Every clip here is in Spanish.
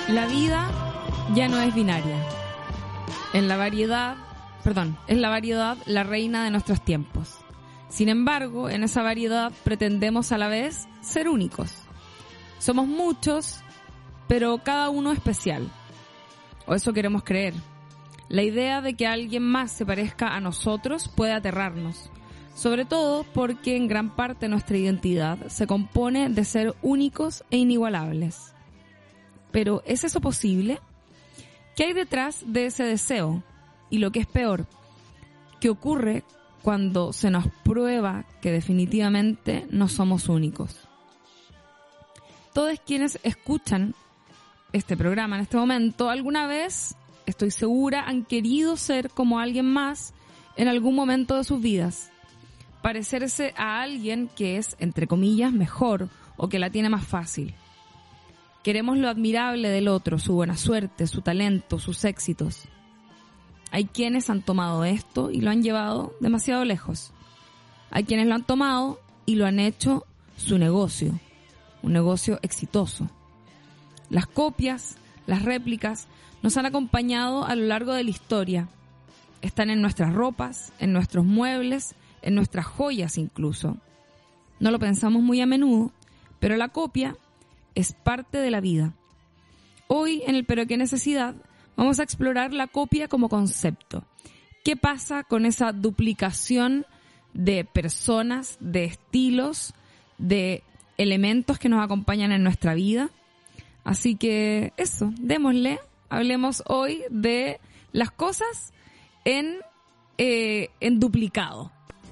La vida ya no es binaria. Es la variedad la reina de nuestros tiempos. Sin embargo, en esa variedad pretendemos a la vez ser únicos. Somos muchos, pero cada uno especial. O eso queremos creer. La idea de que alguien más se parezca a nosotros puede aterrarnos. Sobre todo porque en gran parte nuestra identidad se compone de ser únicos e inigualables. Pero, ¿es eso posible? ¿Qué hay detrás de ese deseo? Y lo que es peor, ¿qué ocurre cuando se nos prueba que definitivamente no somos únicos? Todos quienes escuchan este programa en este momento, alguna vez, estoy segura, han querido ser como alguien más en algún momento de sus vidas. Parecerse a alguien que es, entre comillas, mejor o que la tiene más fácil. Queremos lo admirable del otro, su buena suerte, su talento, sus éxitos. Hay quienes han tomado esto y lo han llevado demasiado lejos. Hay quienes lo han tomado y lo han hecho su negocio, un negocio exitoso. Las copias, las réplicas, nos han acompañado a lo largo de la historia. Están en nuestras ropas, en nuestros muebles, en nuestras joyas incluso. No lo pensamos muy a menudo, pero la copia es parte de la vida. Hoy, en el Pero qué necesidad, vamos a explorar la copia como concepto. ¿Qué pasa con esa duplicación de personas, de estilos, de elementos que nos acompañan en nuestra vida? Así que eso, démosle. Hablemos hoy de las cosas en duplicado.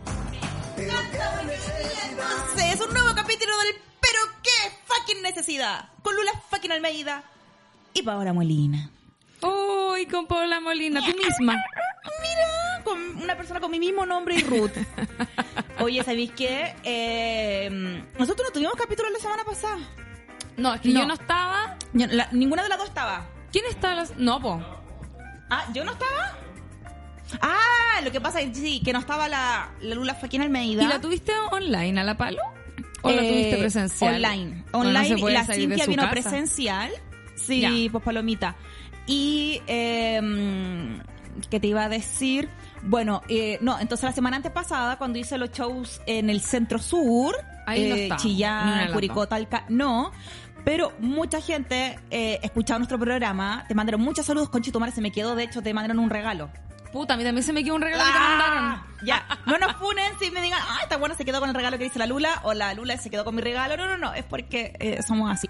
Entonces, es un nuevo capítulo del Pero qué fucking necesidad. Con Lula fucking Almeida y Paola Molina. Uy, con Paola Molina, tú misma. Mira, con una persona con mi mismo nombre y root. Oye, ¿sabéis qué? Nosotros no tuvimos capítulo la semana pasada. No, es que yo no estaba. Ninguna de las dos estaba. ¿Quién estaba? No, po. Ah, ¿yo no estaba? Ah, lo que pasa es sí, que no estaba la Lula fucking Almeida. ¿Y la tuviste online a la palo? ¿O la tuviste presencial? Online. No Y la Cintia vino casa. Presencial. Sí, Ya. pues palomita. Y, ¿qué te iba a decir? Bueno, no, entonces la semana antepasada, cuando hice los shows en el Centro Sur, ahí no estaba. Chillán, Curicó, Talca, no. Pero mucha gente escuchaba nuestro programa, te mandaron muchos saludos, Conchito se me quedó, de hecho te mandaron un regalo. Puta, a mí también se me quedó un regalo que te mandaron. Ya, no nos funen si me digan, esta buena se quedó con el regalo que dice la Lula, o la Lula se quedó con mi regalo. No, es porque somos así.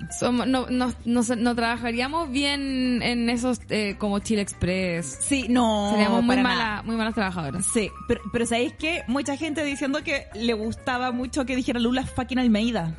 No trabajaríamos bien en esos como Chile Express. Sí, no. Seríamos muy nada. malas trabajadoras. Sí, pero ¿sabéis qué? Mucha gente diciendo que le gustaba mucho que dijera Lula fucking Almeida.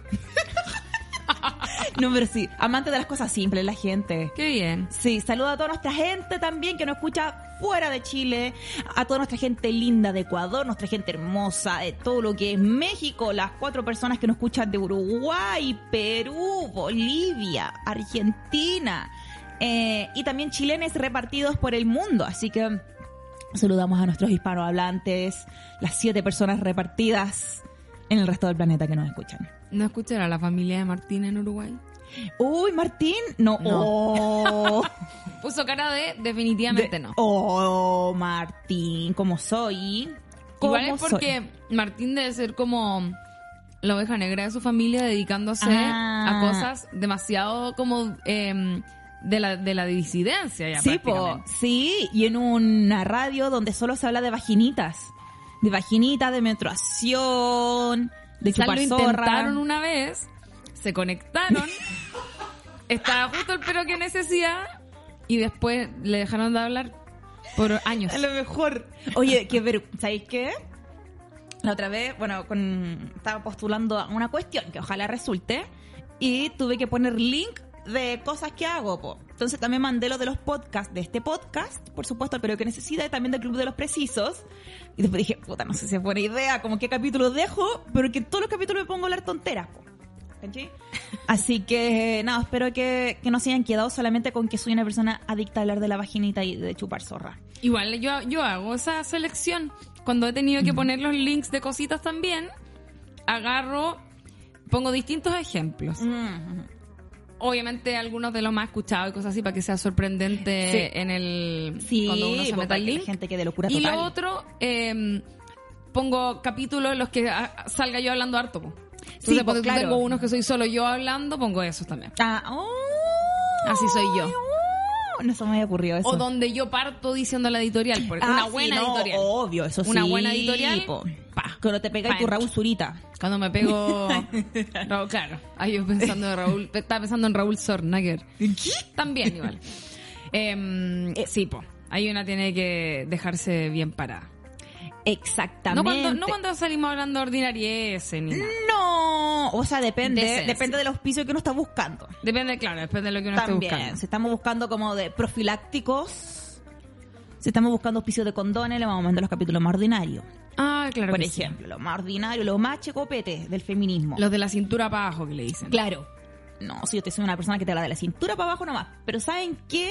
No, pero sí, amante de las cosas simples, la gente. Qué bien. Sí, saludo a toda nuestra gente también que nos escucha fuera de Chile, a toda nuestra gente linda de Ecuador, nuestra gente hermosa de todo lo que es México, las 4 personas que nos escuchan de Uruguay, Perú, Bolivia, Argentina, y también chilenes repartidos por el mundo. Así que saludamos a nuestros hispanohablantes, las 7 personas repartidas en el resto del planeta que nos escuchan. ¿No escuchará a la familia de Martín en Uruguay? Uy, Martín, no. Oh. Puso cara de definitivamente no. Oh, Martín, ¿cómo soy? Igual es porque Martín debe ser como la oveja negra de su familia, dedicándose a cosas demasiado como de la disidencia ya, sí, prácticamente. Sí, y en una radio donde solo se habla de vaginitas. De vaginita, de menstruación, de chupar lo zorra. intentaron una vez, se conectaron, estaba justo el pero que necesidad y después le dejaron de hablar por años. A lo mejor. Oye, ¿sabéis qué? La otra vez, bueno, estaba postulando a una cuestión que ojalá resulte y tuve que poner link de cosas que hago, po. Entonces también mandé lo de los podcasts, de este podcast, por supuesto, pero que necesita, y también del Club de los Precisos. Y después dije, puta, no sé si es buena idea, como qué capítulos dejo, pero que en todos los capítulos me pongo a hablar tonteras, po. ¿Cachai? Así que, nada, espero que no se hayan quedado solamente con que soy una persona adicta a hablar de la vaginita y de chupar zorra. Igual yo hago esa selección. Cuando he tenido que poner los links de cositas también, pongo distintos ejemplos. obviamente algunos de los más escuchados y cosas así para que sea sorprendente en el cuando uno se meta al link. Gente que de locura y total. lo otro, pongo capítulos en los que salga yo hablando harto, po. Entonces, pues, claro. tengo unos que soy solo yo hablando, pongo esos también. Así soy yo. No se me había ocurrido eso. O donde yo parto diciendo la editorial, porque una buena editorial. Obvio, eso sí. Una buena editorial. Cuando te pegáis tu Raúl Zurita. Cuando me pego... Raúl, claro. Ahí yo pensando en Raúl... Estaba pensando en Raúl Sornager. ¿Qué? También igual. Sí, po. Ahí una tiene que dejarse bien parada. Exactamente. No cuando salimos hablando de ordinariese ni nada. No, o sea, depende Decencia. del auspicio que uno está buscando. Depende de lo que uno esté También, buscando. si estamos buscando como de profilácticos, si estamos buscando auspicio de condones, le vamos a mandar los capítulos más ordinarios. Ah, claro. Por que sí. ejemplo, los más ordinarios, los más checopetes del feminismo. Los de la cintura para abajo que le dicen. Claro. No, si yo te soy una persona que te habla de la cintura para abajo nomás. Pero ¿saben qué?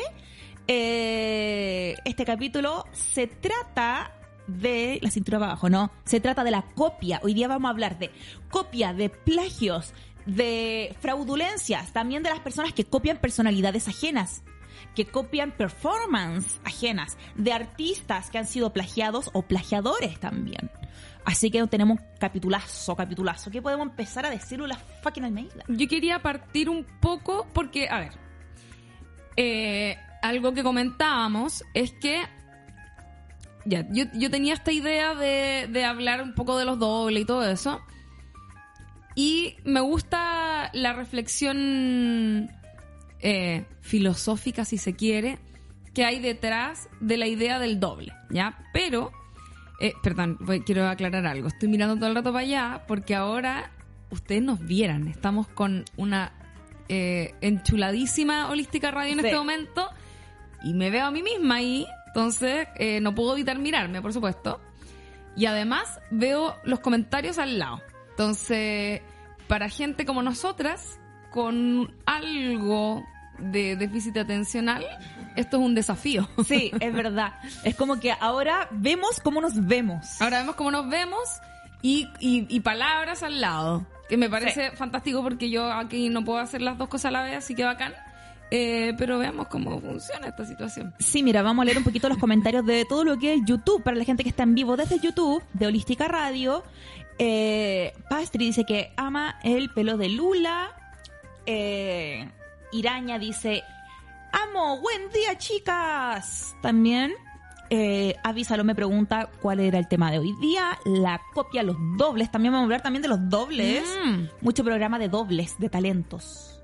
Este capítulo se trata de la cintura para abajo, ¿no? Se trata de la copia. Hoy día vamos a hablar de copia, de plagios, de fraudulencias, también de las personas que copian personalidades ajenas, que copian performance ajenas, de artistas que han sido plagiados o plagiadores también. Así que tenemos capitulazo. ¿Qué podemos empezar a decirle a la fucking Almeida? Yo quería partir un poco porque, a ver, algo que comentábamos es que ya, yo tenía esta idea de hablar un poco de los dobles y todo eso. Y me gusta la reflexión filosófica, si se quiere, que hay detrás de la idea del doble, ¿ya? Pero, perdón, quiero aclarar algo. Estoy mirando todo el rato para allá porque ahora ustedes nos vieran. Estamos con una enchuladísima Holística Radio en este momento y me veo a mí misma ahí. Entonces, no puedo evitar mirarme, por supuesto. Y además, veo los comentarios al lado. Entonces, para gente como nosotras, con algo de déficit atencional, esto es un desafío. Sí, es verdad. Es como que ahora vemos cómo nos vemos. Ahora vemos cómo nos vemos y palabras al lado. Que me parece fantástico porque yo aquí no puedo hacer las dos cosas a la vez, así que bacán. Pero veamos cómo funciona esta situación. Sí, mira, vamos a leer un poquito los comentarios de todo lo que es YouTube, para la gente que está en vivo desde YouTube, de Holística Radio. Pastri dice que ama el pelo de Lula. Iraña dice, amo, buen día, chicas. También Avísalo me pregunta cuál era el tema de hoy día. La copia, los dobles. También vamos a hablar también de los dobles. Mucho programa de dobles, de talentos.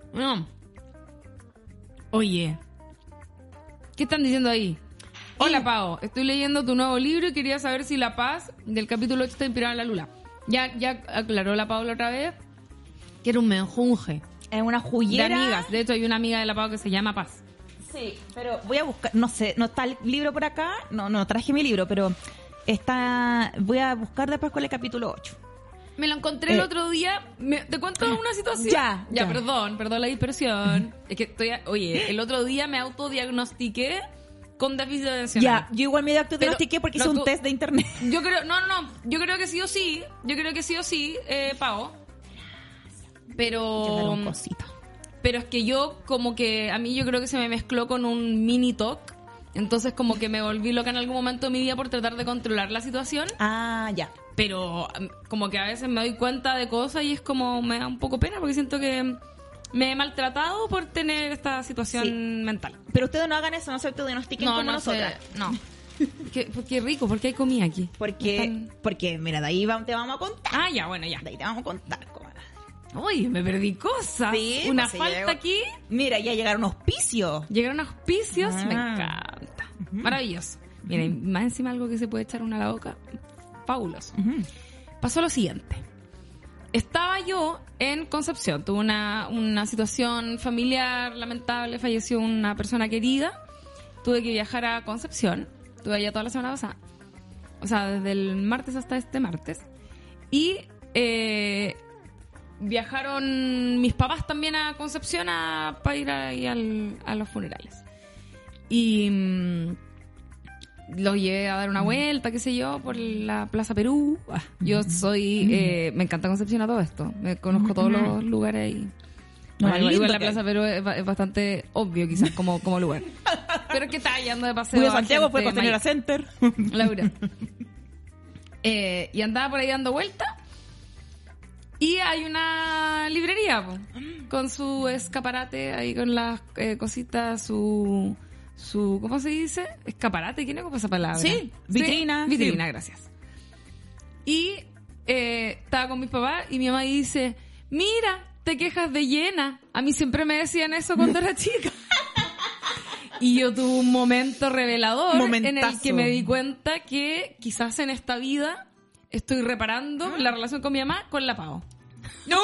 Oye, ¿qué están diciendo ahí? Hola, Pao. Estoy leyendo tu nuevo libro y quería saber si la paz del capítulo 8 está inspirada en la Lula. Ya aclaró la Pao la otra vez que era un menjunje. Es una jullera. De amigas. De hecho, hay una amiga de la Pao que se llama Paz. Sí, pero voy a buscar, no sé, no está el libro por acá, no traje mi libro, pero voy a buscar después con el capítulo 8. Me lo encontré el otro día. ¿Te cuento una situación? Ya. Perdón la dispersión. Es que el otro día me autodiagnostiqué con déficit atencional. Ya, yo igual me autodiagnostiqué porque hice un test de internet. Yo creo, yo creo que sí o sí, Pao. Pero Yo daré un cosito. Pero es que yo como que a mí yo creo que se me mezcló con un mini talk. Entonces como que me volví loca en algún momento de mi vida por tratar de controlar la situación. Ah, ya. Pero como que a veces me doy cuenta de cosas y es como me da un poco pena porque siento que me he maltratado por tener esta situación mental. Pero ustedes no hagan eso, no se autodiagnostiquen como nosotras. No. Qué rico, ¿por qué hay comida aquí? Porque mira, de ahí te vamos a contar. Ah, ya, bueno, ya. De ahí te vamos a contar, comadre. Uy, me perdí cosas. Sí, una pues falta llegó. aquí. Mira, ya llegaron auspicios. Llegaron auspicios, me encanta. Maravilloso. Mira, y más encima algo que se puede echar una a la boca. Fabuloso. Pasó lo siguiente. Estaba yo en Concepción. Tuve una situación familiar lamentable. Falleció una persona querida. Tuve que viajar a Concepción. Estuve allá toda la semana pasada. O sea, desde el martes hasta este martes. Y viajaron mis papás también a Concepción para ir ahí a los funerales. Y los llevé a dar una vuelta, qué sé yo, por la Plaza Perú. Yo soy... me encanta Concepción a todo esto. Me conozco todos los lugares No, Bueno, lindo igual la que hay. Plaza Perú es bastante obvio quizás como lugar. Pero es que estaba yendo de paseo Fui a a Santiago, fue gente Costanera mayor. Center. Laura. Y andaba por ahí dando vueltas. Y hay una librería po, con su escaparate ahí con las cositas, su ¿cómo se dice? Escaparate, ¿quién ocupa esa palabra? Sí, vitrina. Vitrina, Sí. gracias. Y estaba con mis papás y mi mamá dice, mira, te quejas de llena. A mí siempre me decían eso cuando era chica. Y yo tuve un momento revelador en el que me di cuenta que quizás en esta vida estoy reparando la relación con mi mamá con la Pao. ¡No!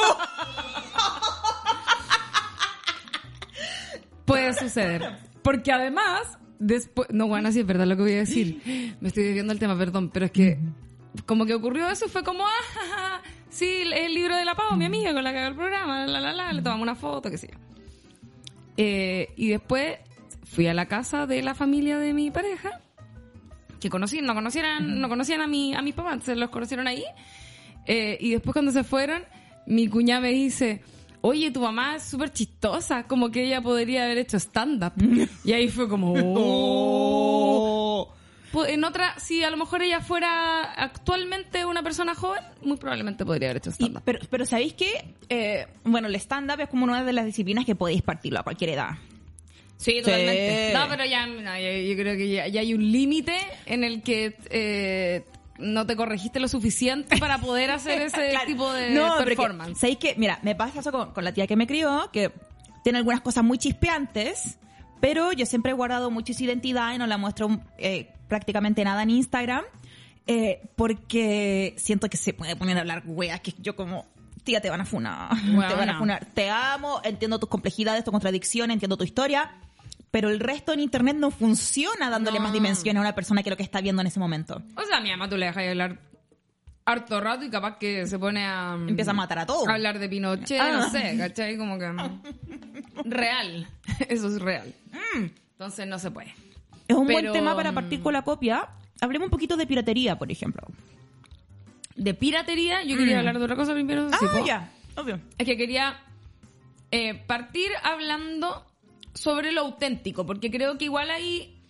Puede suceder. Porque además, después... No, bueno, sí es verdad lo que voy a decir. Me estoy desviando del tema, perdón. Pero es que como que ocurrió eso y fue como... sí, el libro de la Pao, mi amiga con la que hago el programa. Le tomamos una foto, qué sé yo. Y después fui a la casa de la familia de mi pareja, que no conocían a mis papás, se los conocieron ahí. Y después cuando se fueron, mi cuñada me dice, oye, tu mamá es súper chistosa, como que ella podría haber hecho stand-up. Y ahí fue como, oh. Pues en otra, si a lo mejor ella fuera actualmente una persona joven, muy probablemente podría haber hecho stand-up. Pero ¿sabéis qué? Bueno, el stand-up es como una de las disciplinas que podéis partirlo a cualquier edad. Sí, totalmente. No, pero ya, yo creo que ya hay un límite en el que no te corregiste lo suficiente para poder hacer ese Claro. tipo de No, performance. ¿sabéis qué? Mira, me pasa eso con la tía que me crió, que tiene algunas cosas muy chispeantes, pero yo siempre he guardado mucho su identidad y no la muestro prácticamente nada en Instagram, porque siento que se puede poner a hablar weas que yo como... Tía, te van a funar. Bueno, te van a no. funar. Te amo, entiendo tus complejidades, tus contradicciones, entiendo tu historia, pero el resto en internet no funciona dándole No. más dimensión a una persona que lo que está viendo en ese momento. O sea, a mi mamá tú le dejas de hablar harto rato y capaz que se pone a... Empieza a matar a todo. a hablar de Pinochet, no sé, ¿cachai? Como que... real. Eso es real. Entonces no se puede. Es un Pero, buen tema para partir con la copia. Hablemos un poquito de piratería, por ejemplo. De piratería, yo quería hablar de otra cosa primero. Sí, po. Ya, obvio. Es que quería partir hablando sobre lo auténtico, porque creo que igual ahí,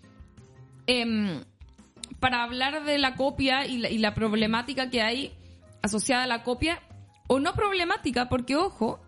para hablar de la copia y la problemática que hay asociada a la copia, o no problemática, porque ojo,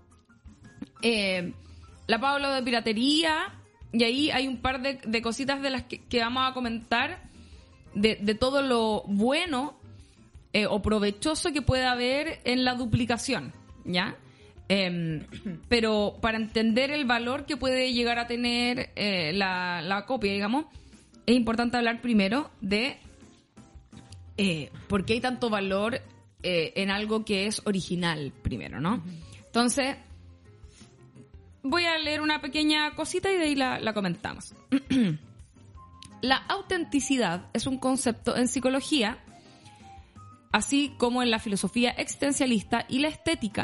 la Pau habló de piratería, y ahí hay un par de cositas de las que vamos a comentar, de todo lo bueno o provechoso que puede haber en la duplicación, ¿ya? Pero para entender el valor que puede llegar a tener la copia, digamos, es importante hablar primero de por qué hay tanto valor en algo que es original primero, ¿no? Entonces, voy a leer una pequeña cosita y de ahí la comentamos. La autenticidad es un concepto en psicología, así como en la filosofía existencialista y la estética,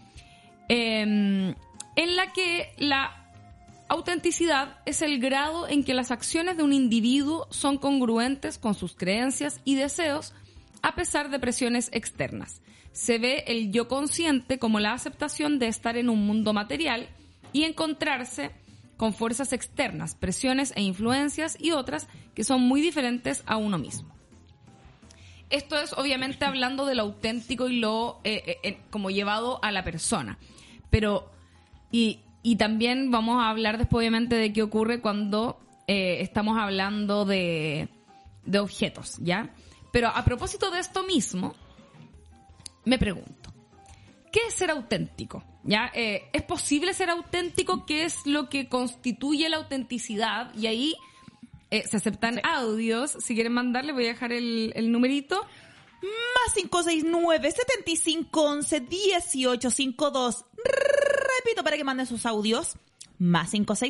en la que la autenticidad es el grado en que las acciones de un individuo son congruentes con sus creencias y deseos a pesar de presiones externas. Se ve el yo consciente como la aceptación de estar en un mundo material y encontrarse con fuerzas externas, presiones e influencias y otras que son muy diferentes a uno mismo. Esto es obviamente hablando de lo auténtico y lo como llevado a la persona. Pero, y también vamos a hablar después obviamente de qué ocurre cuando estamos hablando de objetos, ¿ya? Pero a propósito de esto mismo, me pregunto, ¿qué es ser auténtico? ¿Ya? ¿Es posible ser auténtico? ¿Qué es lo que constituye la autenticidad? Y ahí se aceptan audios. Si quieren mandarle, voy a dejar el numerito. Más 569-7511-1852. Repito para que manden sus audios. Más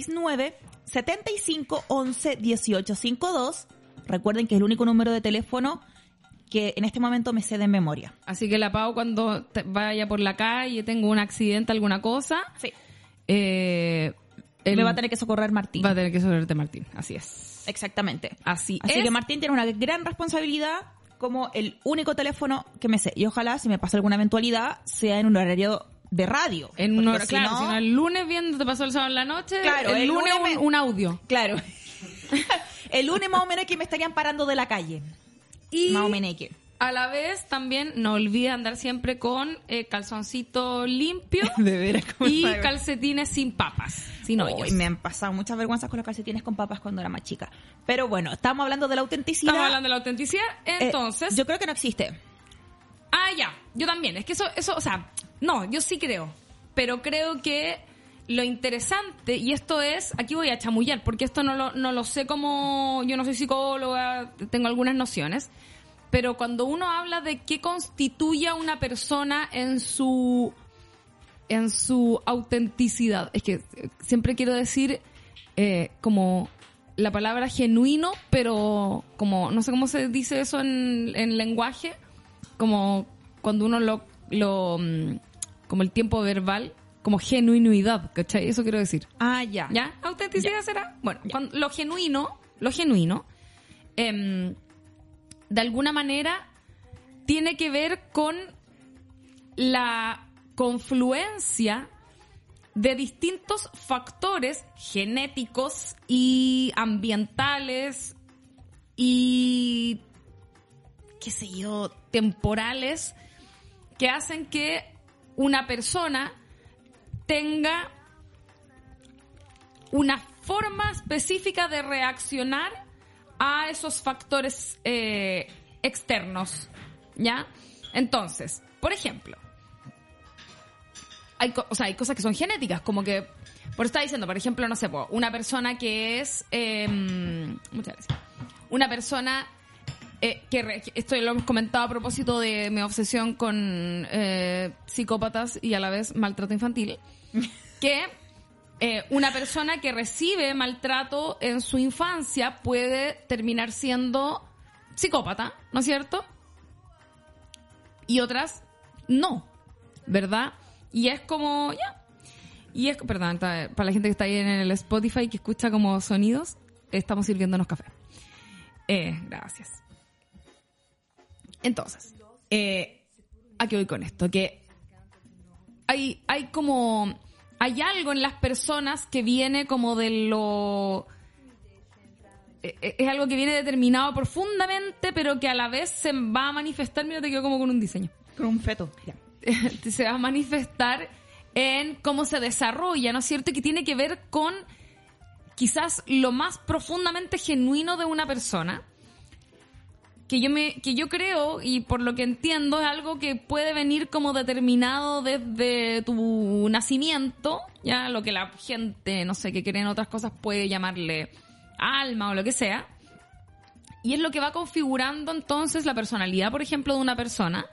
569-7511-1852. Recuerden que es el único número de teléfono que en este momento me sé de memoria. Así que la Pau, cuando vaya por la calle, tengo un accidente, alguna cosa, Sí. me Me va a tener que socorrer Martín. va a tener que sobrarte Martín. Así es. Exactamente. Así Así es. que Martín tiene una gran responsabilidad como el único teléfono que me sé. Y ojalá, si me pasa alguna eventualidad, sea en un horario de radio. Claro, si no el lunes viendo Te pasó el sábado en la noche, claro, el lunes un audio. Claro. El lunes más o menos que me estarían parando de la calle. Y más o menos que. A la vez también no olvides andar siempre con calzoncito limpio de veras, y calcetines sin papas, sin hoyos. Me han pasado muchas vergüenzas con los calcetines con papas cuando era más chica. Pero bueno, estamos hablando de la autenticidad. Entonces yo creo que no existe. Ya, yo también. Es que eso, o sea, no, yo sí creo. Pero creo que lo interesante, y esto es, aquí voy a chamullar, porque esto no lo sé como, yo no soy psicóloga, tengo algunas nociones, pero cuando uno habla de qué constituye a una persona en su autenticidad, es que siempre quiero decir como la palabra genuino, pero como, no sé cómo se dice eso en lenguaje, como cuando uno lo como el tiempo verbal, como genuinidad, ¿cachai? Eso quiero decir. Ya. ¿Ya? ¿Autenticidad será? Bueno, cuando lo genuino, de alguna manera tiene que ver con la confluencia de distintos factores genéticos y ambientales y, qué sé yo, temporales, que hacen que una persona tenga una forma específica de reaccionar a esos factores externos, ¿ya? Entonces, por ejemplo, hay cosas que son genéticas, como que, por estar diciendo, por ejemplo, no sé, una persona que es, muchas gracias, una persona esto lo hemos comentado a propósito de mi obsesión con psicópatas y a la vez maltrato infantil, que una persona que recibe maltrato en su infancia puede terminar siendo psicópata, ¿no es cierto? Y otras no, ¿verdad? Y es como, perdón, para la gente que está ahí en el Spotify que escucha como sonidos, estamos sirviéndonos café. Gracias. Entonces, ¿a qué voy con esto? Que hay algo en las personas que viene como de lo... Es algo que viene determinado profundamente, pero que a la vez se va a manifestar, mira, te quedo como con un diseño. Con un feto, ya. Se va a manifestar en cómo se desarrolla, ¿no es cierto? Y que tiene que ver con quizás lo más profundamente genuino de una persona, que yo creo, y por lo que entiendo, es algo que puede venir como determinado desde tu nacimiento, ya lo que la gente, no sé, que cree en otras cosas puede llamarle alma o lo que sea, y es lo que va configurando entonces la personalidad, por ejemplo, de una persona,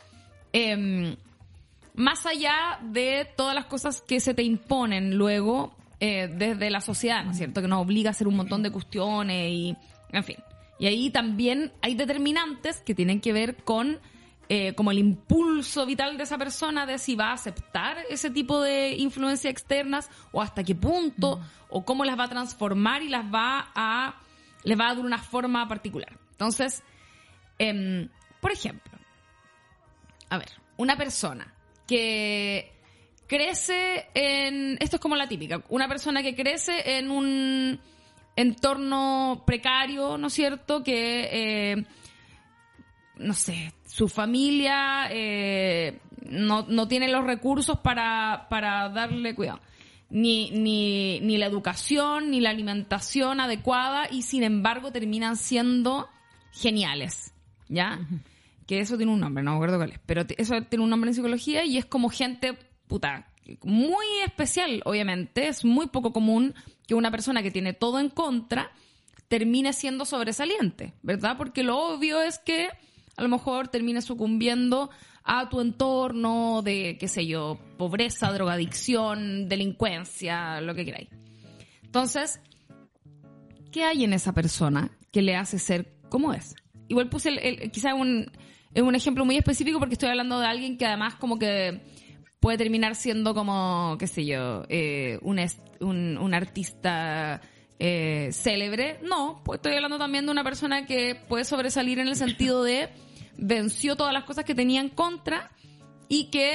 más allá de todas las cosas que se te imponen luego desde la sociedad, ¿no es cierto? Que nos obliga a hacer un montón de cuestiones y, en fin. Y ahí también hay determinantes que tienen que ver con como el impulso vital de esa persona, de si va a aceptar ese tipo de influencias externas o hasta qué punto, o cómo las va a transformar y les va a dar una forma particular. Entonces, por ejemplo, a ver, una persona que crece esto es como la típica, una persona que crece en un entorno precario, ¿no es cierto? Que, no sé, su familia no tiene los recursos para darle cuidado. Ni la educación, ni la alimentación adecuada, y sin embargo terminan siendo geniales, ¿ya? Uh-huh. Que eso tiene un nombre, no me acuerdo cuál es, pero eso tiene un nombre en psicología y es como gente, muy especial, obviamente. Es muy poco común que una persona que tiene todo en contra termine siendo sobresaliente, ¿verdad? Porque lo obvio es que a lo mejor termine sucumbiendo a tu entorno de, qué sé yo, pobreza, drogadicción, delincuencia, lo que queráis. Entonces, ¿qué hay en esa persona que le hace ser como es? Igual puse quizá un ejemplo muy específico porque estoy hablando de alguien que además como que puede terminar siendo como, qué sé yo, un artista célebre. No, pues estoy hablando también de una persona que puede sobresalir en el sentido de venció todas las cosas que tenía en contra y que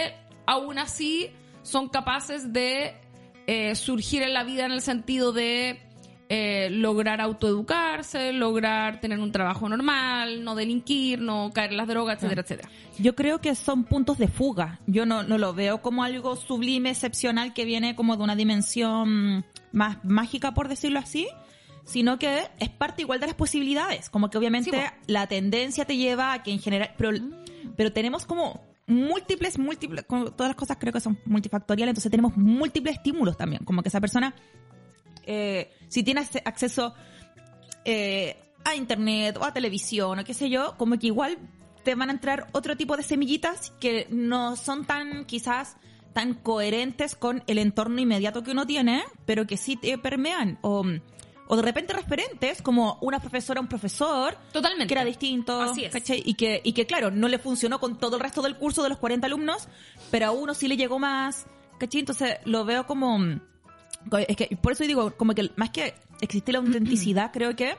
aún así son capaces de surgir en la vida en el sentido de lograr autoeducarse, lograr tener un trabajo normal, no delinquir, no caer en las drogas, etcétera, etcétera. Yo creo que son puntos de fuga. Yo no lo veo como algo sublime, excepcional, que viene como de una dimensión más mágica, por decirlo así, sino que es parte igual de las posibilidades. Como que obviamente Sí, la tendencia te lleva a que en general... Pero tenemos como múltiples, como todas las cosas creo que son multifactoriales, entonces tenemos múltiples estímulos también. Como que esa persona, si tiene acceso a internet o a televisión o qué sé yo, como que igual te van a entrar otro tipo de semillitas que no son tan, quizás, tan coherentes con el entorno inmediato que uno tiene, pero que sí te permean. O de repente referentes, como una profesora, un profesor, Totalmente. que era distinto, Así es. ¿cachai? Y que, claro, no le funcionó con todo el resto del curso de los 40 alumnos, pero a uno sí le llegó más, ¿cachai? Entonces lo veo como... Es que por eso digo, como que más que existe la autenticidad, creo que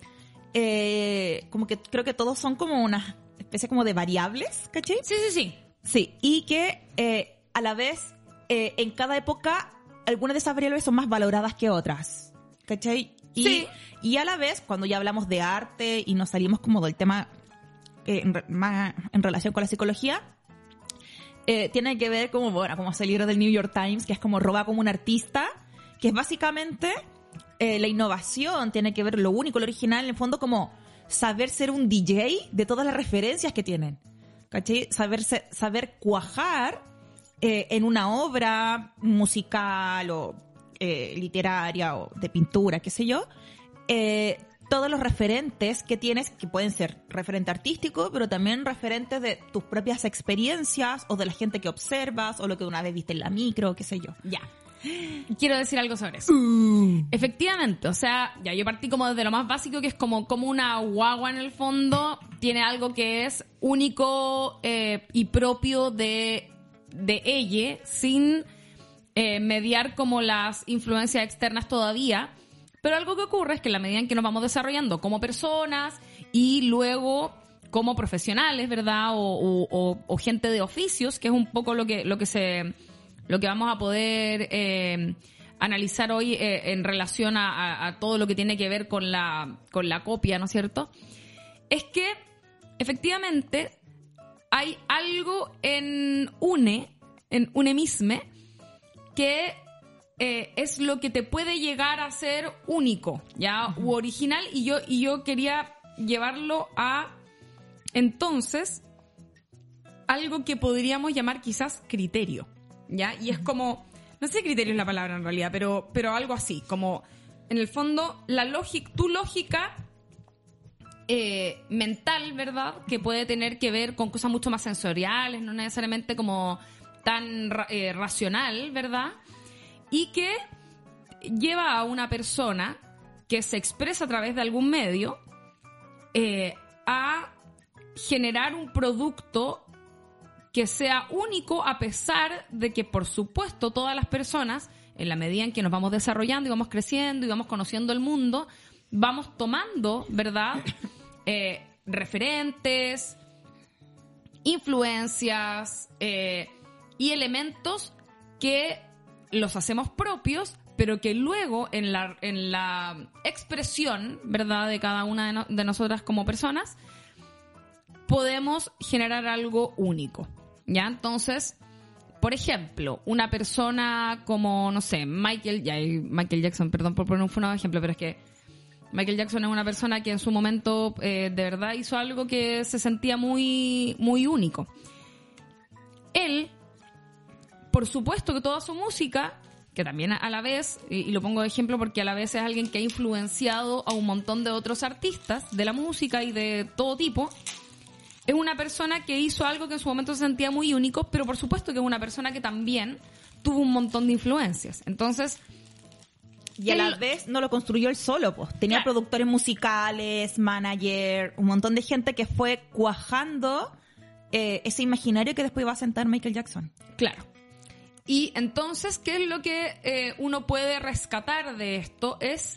creo que todos son como una especie como de variables, ¿cachai? Sí, sí, sí. Sí, y que a la vez en cada época algunas de esas variables son más valoradas que otras, ¿cachai? Sí. Y a la vez, cuando ya hablamos de arte y nos salimos como del tema más en relación con la psicología, tiene que ver como ese libro del New York Times, que es como Roba como un artista, que es básicamente la innovación, tiene que ver lo único, lo original, en el fondo como saber ser un DJ de todas las referencias que tienen, ¿cachai? Saber cuajar en una obra musical o literaria o de pintura, qué sé yo, todos los referentes que tienes, que pueden ser referente artístico, pero también referentes de tus propias experiencias o de la gente que observas o lo que una vez viste en la micro, qué sé yo. Ya. Quiero decir algo sobre eso. Efectivamente, o sea, ya yo partí como desde lo más básico, que es como una guagua en el fondo tiene algo que es único y propio de ella, sin mediar como las influencias externas todavía. Pero algo que ocurre es que en la medida en que nos vamos desarrollando como personas y luego como profesionales, ¿verdad? O gente de oficios, que es un poco lo que vamos a poder analizar hoy en relación a todo lo que tiene que ver con la copia, ¿no es cierto? Es que efectivamente hay algo en une mismo que es lo que te puede llegar a ser único, ¿ya? U original, y yo quería llevarlo a, entonces, algo que podríamos llamar quizás criterio, ¿ya? Y es como, no sé si criterio es la palabra en realidad, pero algo así, como, en el fondo, tu lógica mental, ¿verdad? Que puede tener que ver con cosas mucho más sensoriales, no necesariamente como tan racional, ¿verdad? Y que lleva a una persona que se expresa a través de algún medio a generar un producto que sea único, a pesar de que, por supuesto, todas las personas, en la medida en que nos vamos desarrollando y vamos creciendo y vamos conociendo el mundo, vamos tomando, ¿verdad? Referentes, influencias y elementos que los hacemos propios, pero que luego en la expresión, ¿verdad?, de cada una de nosotras como personas, podemos generar algo único, ¿ya? Entonces, por ejemplo, una persona como, no sé, Michael Jackson, perdón por poner un ejemplo, pero es que Michael Jackson es una persona que en su momento de verdad hizo algo que se sentía muy, muy único. Él, por supuesto que toda su música, que también a la vez, y lo pongo de ejemplo porque a la vez es alguien que ha influenciado a un montón de otros artistas de la música y de todo tipo, es una persona que hizo algo que en su momento se sentía muy único, pero por supuesto que es una persona que también tuvo un montón de influencias. Entonces, y a la vez no lo construyó él solo, pues. Tenía Claro. productores musicales, manager, un montón de gente que fue cuajando ese imaginario que después iba a sentar Michael Jackson. claro. Y entonces, ¿qué es lo que uno puede rescatar de esto? Es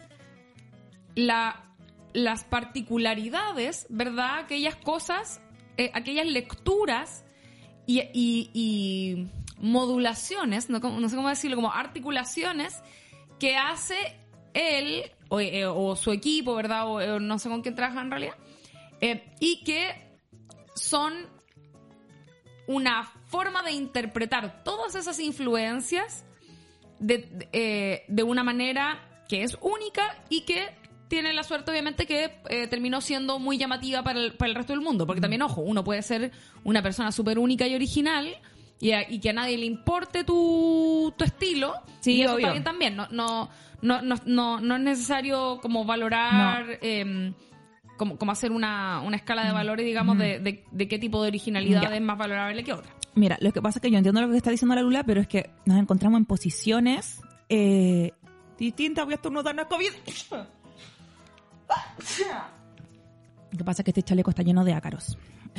las particularidades, ¿verdad? Aquellas cosas, aquellas lecturas y modulaciones, no sé cómo decirlo, como articulaciones que hace él o su equipo, ¿verdad? O no sé con quién trabaja en realidad. Y que son una forma de interpretar todas esas influencias de una manera que es única y que tiene la suerte, obviamente, que terminó siendo muy llamativa para el resto del mundo. Porque también, ojo, uno puede ser una persona súper única y original y que a nadie le importe tu estilo. Sí, y eso obvio. Está bien también. No es necesario como valorar... No. Como hacer una escala de valores, digamos, de qué tipo de originalidad es más valorable que otra. Mira, lo que pasa es que yo entiendo lo que está diciendo la Lula, pero es que nos encontramos en posiciones distintas. Voy a estornudar, no es COVID. Lo que pasa es que este chaleco está lleno de ácaros.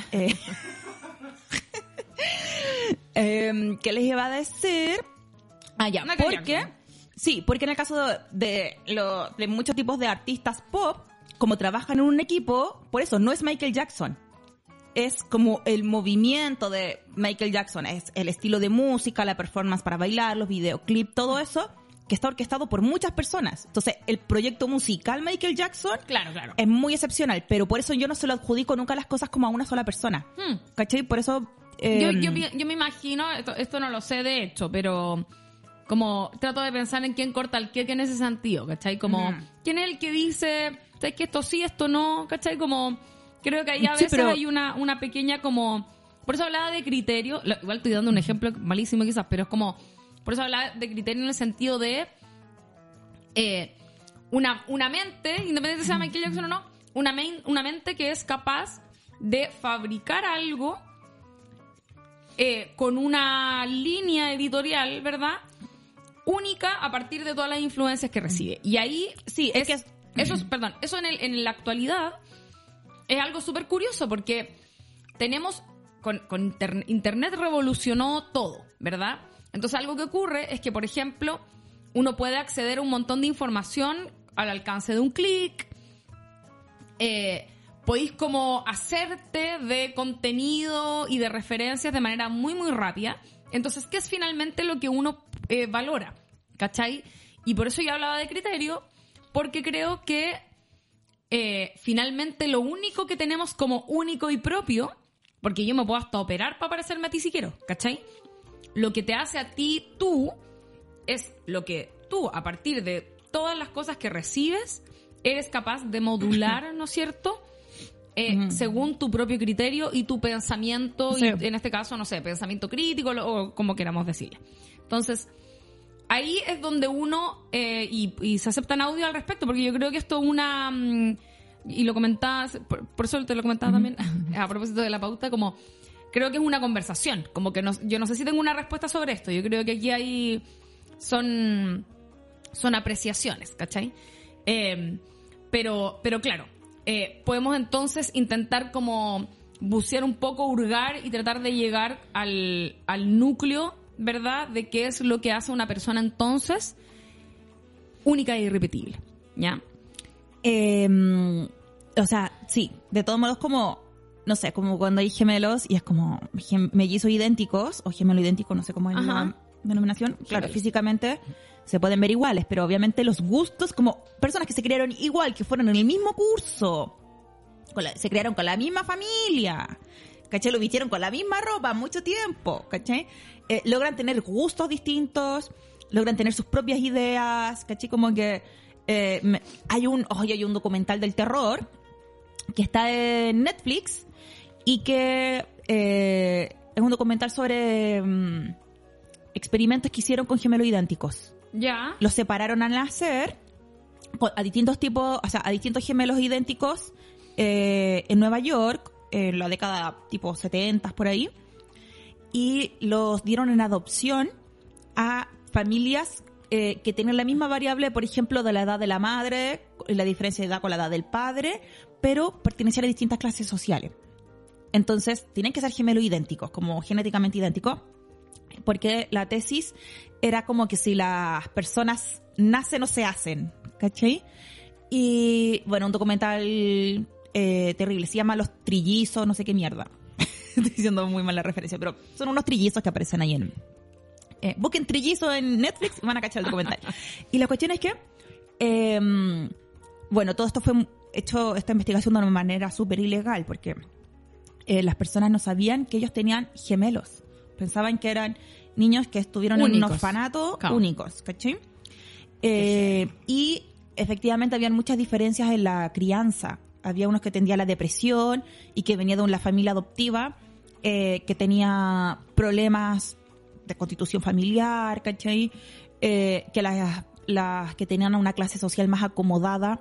¿Qué les iba a decir? Ya, porque... Sí, porque en el caso de muchos tipos de artistas pop, como trabajan en un equipo, por eso no es Michael Jackson. Es como el movimiento de Michael Jackson, es el estilo de música, la performance para bailar, los videoclips, todo eso, que está orquestado por muchas personas. Entonces, el proyecto musical Michael Jackson claro. es muy excepcional, pero por eso yo no se lo adjudico nunca las cosas como a una sola persona. ¿Cachai? Por eso... Yo me imagino, esto no lo sé de hecho, pero... como trato de pensar en quién corta el qué en ese sentido, ¿cachai? Como, ¿quién es el que dice, ¿sabes que esto sí, esto no? ¿Cachai? Como, creo que ahí a veces hay una pequeña como... Por eso hablaba de criterio, igual estoy dando un ejemplo malísimo quizás, pero es como... Por eso hablaba de criterio en el sentido de una mente, independientemente de sea Michael Jackson o no, una mente que es capaz de fabricar algo con una línea editorial, ¿verdad?, única a partir de todas las influencias que recibe. Y ahí sí, eso en la actualidad es algo súper curioso porque tenemos con Internet revolucionó todo, ¿verdad? Entonces algo que ocurre es que, por ejemplo, uno puede acceder a un montón de información al alcance de un clic. Podéis como hacerte de contenido y de referencias de manera muy, muy rápida. Entonces, ¿qué es finalmente lo que uno valora? ¿Cachai? Y por eso yo hablaba de criterio, porque creo que finalmente lo único que tenemos como único y propio, porque yo me puedo hasta operar para parecerme a ti si quiero, ¿cachai? Lo que te hace a ti tú es lo que tú, a partir de todas las cosas que recibes, eres capaz de modular, ¿no es cierto?, según tu propio criterio y tu pensamiento, sí. Y en este caso, no sé, pensamiento crítico o como queramos decirle. Entonces, ahí es donde uno, y se aceptan audio al respecto, porque yo creo que esto es una... y lo comentabas, por eso te lo comentaba también, a propósito de la pauta, como creo que es una conversación, como que yo no sé si tengo una respuesta sobre esto, yo creo que aquí son apreciaciones, ¿cachai? Pero claro, podemos entonces intentar como bucear un poco, hurgar y tratar de llegar al núcleo, ¿verdad?, de qué es lo que hace una persona entonces única e irrepetible, ¿ya? O sea, sí, de todos modos, como, no sé, como cuando hay gemelos y es como mellizos idénticos o gemelo idéntico, no sé cómo es la denominación. Claro, físicamente se pueden ver iguales, pero obviamente los gustos, como personas que se criaron igual, que fueron en el mismo curso, se criaron con la misma familia, ¿cachai? Lo vistieron con la misma ropa mucho tiempo, ¿cachai? Logran tener gustos distintos, logran tener sus propias ideas, ¿cachai? Como que hay un documental del terror que está en Netflix y que es un documental sobre experimentos que hicieron con gemelos idénticos. Ya. Los separaron al nacer a distintos tipos, o sea, a distintos gemelos idénticos en Nueva York, en la década tipo 70 por ahí, y los dieron en adopción a familias que tienen la misma variable, por ejemplo, de la edad de la madre, la diferencia de edad con la edad del padre, pero pertenecían a distintas clases sociales. Entonces, tienen que ser gemelos idénticos, como genéticamente idénticos, porque la tesis era como que si las personas nacen o se hacen, ¿cachai? Y, bueno, un documental terrible, se llama Los Trillizos, no sé qué mierda. Estoy diciendo muy mal la referencia, pero son unos trillizos que aparecen ahí busquen Trillizo en Netflix y van a cachar el documental. Y la cuestión es que, bueno, todo esto fue hecho, esta investigación de una manera súper ilegal, porque las personas no sabían que ellos tenían gemelos. Pensaban que eran niños que estuvieron en un orfanato únicos, ¿cachai? Y efectivamente habían muchas diferencias en la crianza. Había unos que tendían la depresión y que venía de una familia adoptiva que tenía problemas de constitución familiar, ¿cachai? Que las que tenían una clase social más acomodada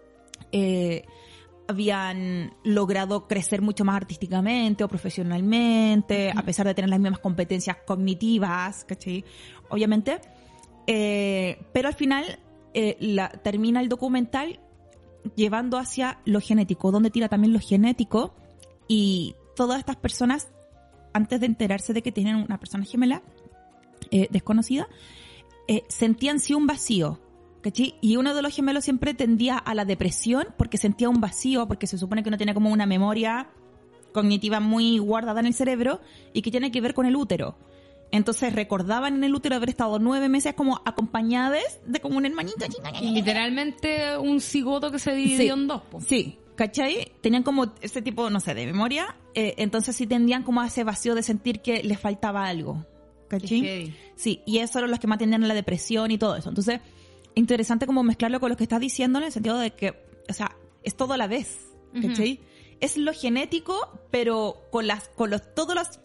habían logrado crecer mucho más artísticamente o profesionalmente, a pesar de tener las mismas competencias cognitivas, ¿cachai? Obviamente. Pero al final termina el documental llevando hacia lo genético, donde tira también lo genético, y todas estas personas, antes de enterarse de que tenían una persona gemela desconocida, sentían sí un vacío, ¿cachai? Y uno de los gemelos siempre tendía a la depresión porque sentía un vacío, porque se supone que uno tiene como una memoria cognitiva muy guardada en el cerebro y que tiene que ver con el útero. Entonces recordaban en el útero haber estado 9 meses como acompañadas de como un hermanito. Literalmente un cigoto que se dividió en dos. Po. Sí, ¿cachai? Tenían como ese tipo, no sé, de memoria. Entonces sí tendían como a ese vacío de sentir que les faltaba algo. ¿Cachai? Sí, y eso eran los que más tendían a la depresión y todo eso. Entonces, interesante como mezclarlo con lo que estás diciendo en el sentido de que, o sea, es todo a la vez. ¿Cachai? Es lo genético, pero con todos los...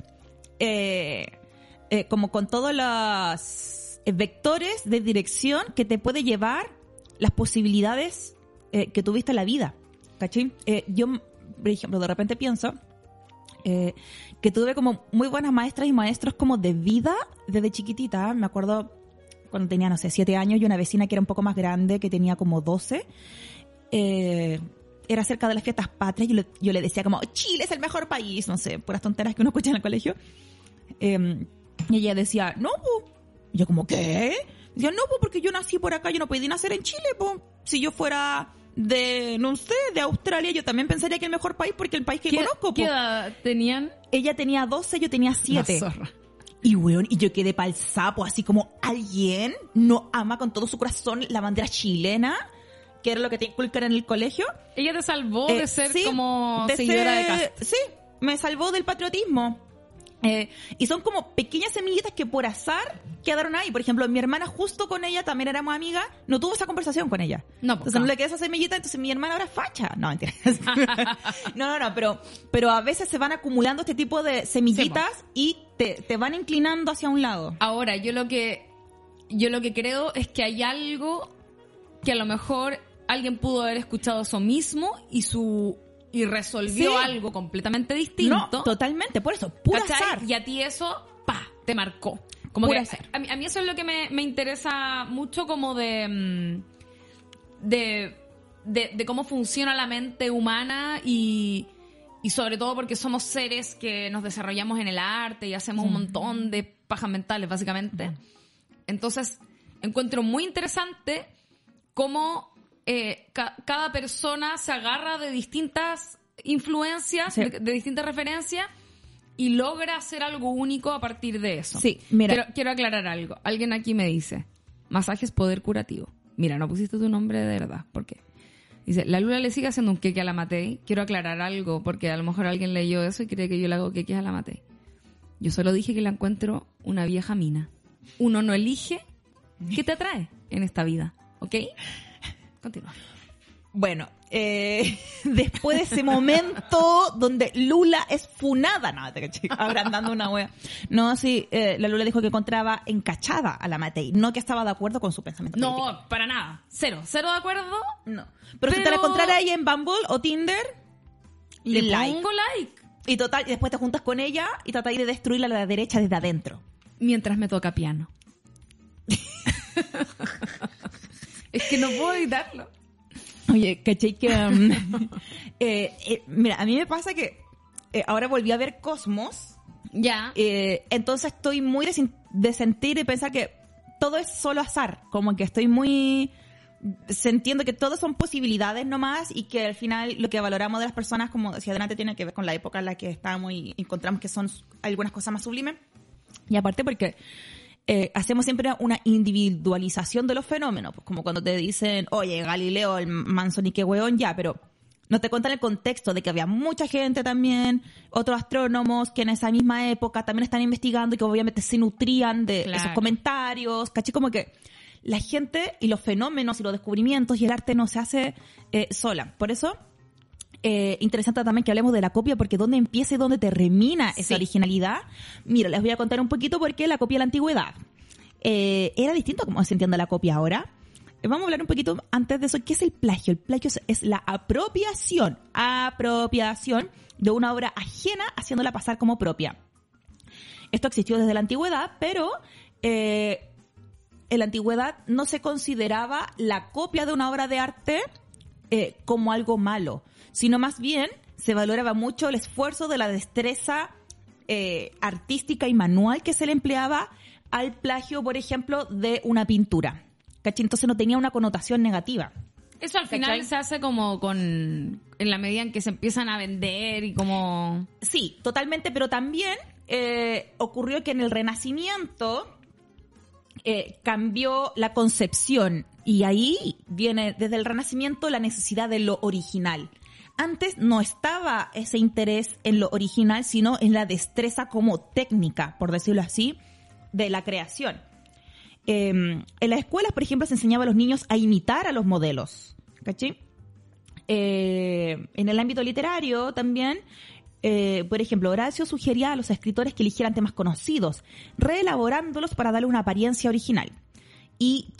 como con todos los vectores de dirección que te puede llevar las posibilidades que tuviste en la vida, ¿cachai? Yo, por ejemplo, de repente pienso que tuve como muy buenas maestras y maestros como de vida desde chiquitita. Me acuerdo cuando tenía, no sé, 7 años, y una vecina que era un poco más grande, que tenía como 12, era cerca de las fiestas patrias, yo le decía como, Chile es el mejor país, no sé, puras tonteras que uno escucha en el colegio. Y ella decía, no, po. Y yo como, ¿qué? Decía, no, po, porque yo nací por acá, yo no podía nacer en Chile, po. Si yo fuera de, no sé, de Australia, yo también pensaría que es el mejor país porque es el país que conozco, po. ¿Qué edad tenían? Ella tenía 12, yo tenía 7. La zorra. Y weón, y yo quedé pa'l sapo, así como alguien no ama con todo su corazón la bandera chilena, que era lo que te inculcan en el colegio. Ella te salvó de ser sí, como seguidora de casa. Sí, me salvó del patriotismo. Y son como pequeñas semillitas que por azar quedaron ahí. Por ejemplo, mi hermana, justo con ella, también éramos amigas, no tuvo esa conversación con ella. No, entonces no le quedó esa semillita, entonces mi hermana ahora es facha. No, mentira. No, pero a veces se van acumulando este tipo de semillitas y te van inclinando hacia un lado. Ahora, yo lo que creo es que hay algo que a lo mejor alguien pudo haber escuchado eso mismo y resolvió algo completamente distinto. No, totalmente, por eso, puro azar. Y a ti eso, te marcó. Como puro que azar. A mí eso es lo que me interesa mucho, como de cómo funciona la mente humana y sobre todo porque somos seres que nos desarrollamos en el arte y hacemos un montón de pajas mentales, básicamente. Entonces, encuentro muy interesante cómo cada persona se agarra de distintas influencias, de distintas referencias, y logra hacer algo único a partir de eso. Sí, mira. Quiero aclarar algo. Alguien aquí me dice, masajes poder curativo. Mira, no pusiste tu nombre de verdad. ¿Por qué? Dice, la Lula le sigue haciendo un queque a la Matei. Quiero aclarar algo, porque a lo mejor alguien leyó eso y cree que yo le hago queques a la Matei. Yo solo dije que la encuentro una vieja mina. Uno no elige qué te atrae en esta vida, ¿ok? Continúa. Bueno, después de ese momento donde Lula es funada, no, te caché, agrandando una wea. No, sí, la Lula dijo que encontraba encachada a la Matei, no que estaba de acuerdo con su pensamiento político. No, para nada. Cero de acuerdo. No. Pero si te la encontrara ahí en Bumble o Tinder, le pongo like. Y total, y después te juntas con ella y tratáis de destruirla a la derecha desde adentro. Mientras me toca piano. Es que no puedo evitarlo. Oye, ¿cachai? Que mira, a mí me pasa que ahora volví a ver Cosmos. Ya. Entonces estoy muy de sentir y pensar que todo es solo azar. Como que estoy muy sintiendo que todo son posibilidades nomás, y que al final lo que valoramos de las personas, como decía adelante, tiene que ver con la época en la que estamos y encontramos que son algunas cosas más sublimes. Y aparte porque hacemos siempre una individualización de los fenómenos, pues como cuando te dicen, oye, Galileo, el manso ni qué hueón, ya, pero no te cuentan el contexto de que había mucha gente también, otros astrónomos que en esa misma época también están investigando y que obviamente se nutrían de esos comentarios, ¿cachai? Como que la gente y los fenómenos y los descubrimientos y el arte no se hace sola. Por eso, interesante también que hablemos de la copia, porque dónde empieza y dónde termina esa originalidad. Mira, les voy a contar un poquito por qué la copia de la antigüedad era distinto a cómo se entiende la copia ahora. Vamos a hablar un poquito antes de eso. ¿Qué es el plagio? El plagio es la apropiación de una obra ajena haciéndola pasar como propia. Esto existió desde la antigüedad, pero en la antigüedad no se consideraba la copia de una obra de arte como algo malo, sino más bien se valoraba mucho el esfuerzo de la destreza artística y manual que se le empleaba al plagio, por ejemplo, de una pintura. ¿Cachai? Entonces no tenía una connotación negativa. Eso al final se hace como en la medida en que se empiezan a vender y como... Sí, totalmente, pero también ocurrió que en el Renacimiento cambió la concepción y ahí viene desde el Renacimiento la necesidad de lo original. Antes no estaba ese interés en lo original, sino en la destreza como técnica, por decirlo así, de la creación. En las escuelas, por ejemplo, se enseñaba a los niños a imitar a los modelos, ¿cachai? En el ámbito literario también, por ejemplo, Horacio sugería a los escritores que eligieran temas conocidos, reelaborándolos para darle una apariencia original. Y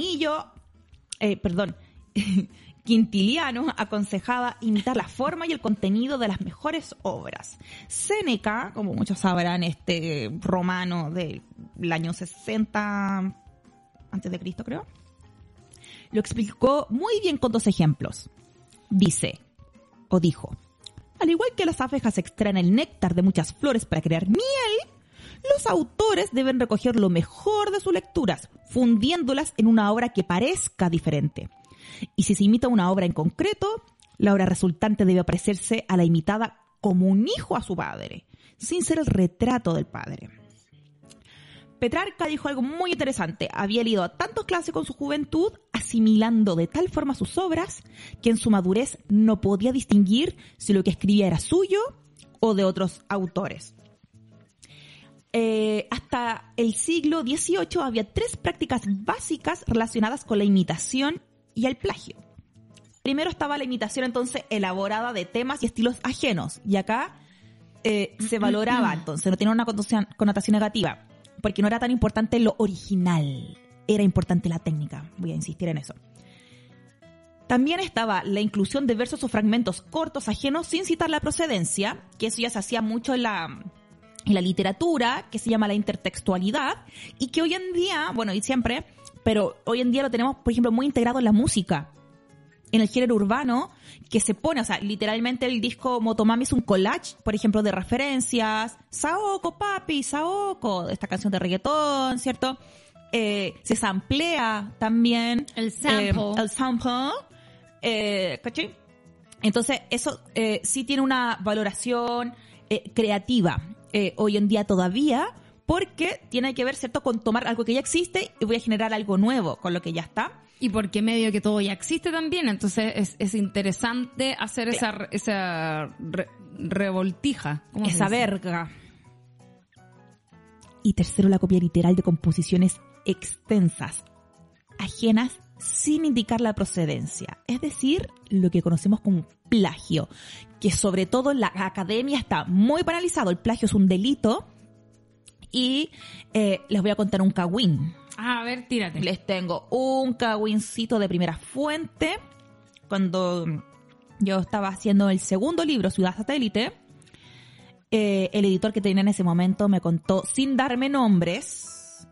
Quintiliano aconsejaba imitar la forma y el contenido de las mejores obras. Séneca, como muchos sabrán, romano del año 60 antes de Cristo, creo, lo explicó muy bien con 2 ejemplos. Dijo, al igual que las abejas extraen el néctar de muchas flores para crear miel, los autores deben recoger lo mejor de sus lecturas, fundiéndolas en una obra que parezca diferente. Y si se imita una obra en concreto, la obra resultante debe parecerse a la imitada como un hijo a su padre, sin ser el retrato del padre. Petrarca dijo algo muy interesante. Había leído tantos clásicos en su juventud, asimilando de tal forma sus obras, que en su madurez no podía distinguir si lo que escribía era suyo o de otros autores. Hasta el siglo XVIII había 3 prácticas básicas relacionadas con la imitación y el plagio. Primero estaba la imitación entonces elaborada de temas y estilos ajenos. Y acá se valoraba, entonces no tenía una connotación negativa, porque no era tan importante lo original, era importante la técnica. Voy a insistir en eso. También estaba la inclusión de versos o fragmentos cortos ajenos sin citar la procedencia, que eso ya se hacía mucho en la literatura, que se llama la intertextualidad, y que hoy en día, bueno, y siempre, pero hoy en día lo tenemos, por ejemplo, muy integrado en la música, en el género urbano, que se pone, o sea, literalmente el disco Motomami es un collage, por ejemplo, de referencias, Saoko, papi, Saoko, esta canción de reggaetón, ¿cierto? Se samplea también. El sample. ¿Cachai? Entonces, eso sí tiene una valoración creativa hoy en día todavía, porque tiene que ver, ¿cierto?, con tomar algo que ya existe y voy a generar algo nuevo con lo que ya está. Y porque medio que todo ya existe también, entonces es interesante hacer esa revoltija. Esa verga. Y tercero, la copia literal de composiciones extensas, ajenas, sin indicar la procedencia. Es decir, lo que conocemos como plagio, que sobre todo en la academia está muy banalizado. El plagio es un delito. Y les voy a contar un cagüín. A ver, tírate. Les tengo un cagüincito de primera fuente. Cuando yo estaba haciendo el segundo libro, Ciudad Satélite, el editor que tenía en ese momento me contó, sin darme nombres,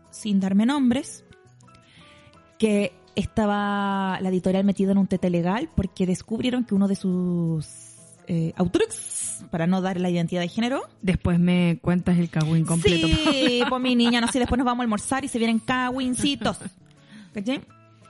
que estaba la editorial metida en un tete legal porque descubrieron que uno de sus autores, para no dar la identidad de género. Después me cuentas el cagüín completo. Sí, pues mi niña, no sé, después nos vamos a almorzar y se vienen cagüincitos. ¿Cachai?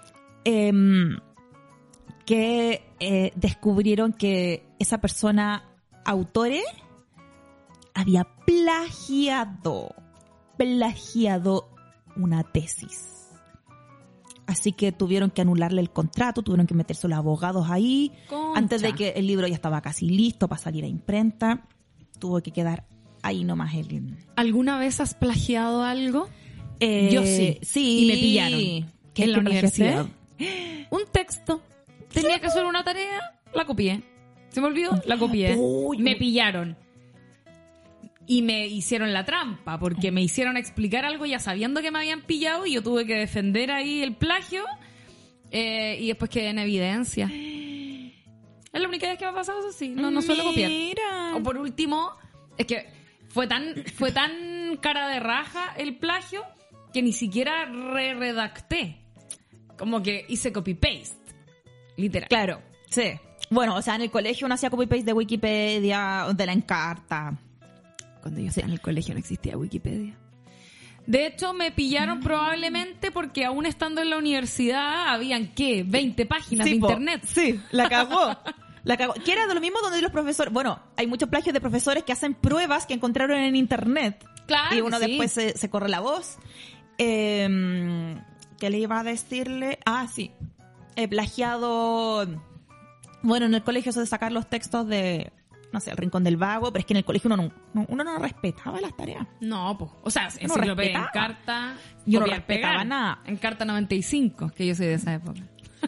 Que descubrieron que esa persona, autore, había plagiado una tesis. Así que tuvieron que anularle el contrato, tuvieron que meterse los abogados ahí. Concha. Antes de que el libro ya estaba casi listo para salir a imprenta. Tuvo que quedar ahí nomás el... ¿Alguna vez has plagiado algo? Yo Sí. Y me pillaron. ¿Qué En la universidad. plagiaste? Un texto. Tenía que hacer una tarea, la copié. Se me olvidó, la copié. Uy, Me pillaron. Y me hicieron la trampa, porque me hicieron explicar algo ya sabiendo que me habían pillado y yo tuve que defender ahí el plagio y después quedé en evidencia. Es la única vez que me ha pasado eso, sí. No suelo copiar. Mira. O por último, es que fue tan cara de raja el plagio que ni siquiera redacté. Como que hice copy-paste. Literal. Claro, sí. Bueno, o sea, en el colegio uno hacía copy-paste de Wikipedia, de la Encarta. Cuando yo estaba en el colegio no existía Wikipedia. De hecho, me pillaron probablemente porque aún estando en la universidad habían, ¿qué? 20 páginas de internet. Sí, la cagó. La cagó. Que era de lo mismo donde los profesores... Bueno, hay muchos plagios de profesores que hacen pruebas que encontraron en internet. Claro. Y uno sí. después se corre la voz. ¿Qué le iba a decirle? Ah, sí. He plagiado... Bueno, en el colegio eso de sacar los textos de... No sé, el Rincón del Vago, pero es que en el colegio uno no respetaba las tareas. No, pues. O sea, No enciclopedia en respetaba. carta. Yo no copiar, respetaba pegar. nada. En carta 95, que yo soy de esa época.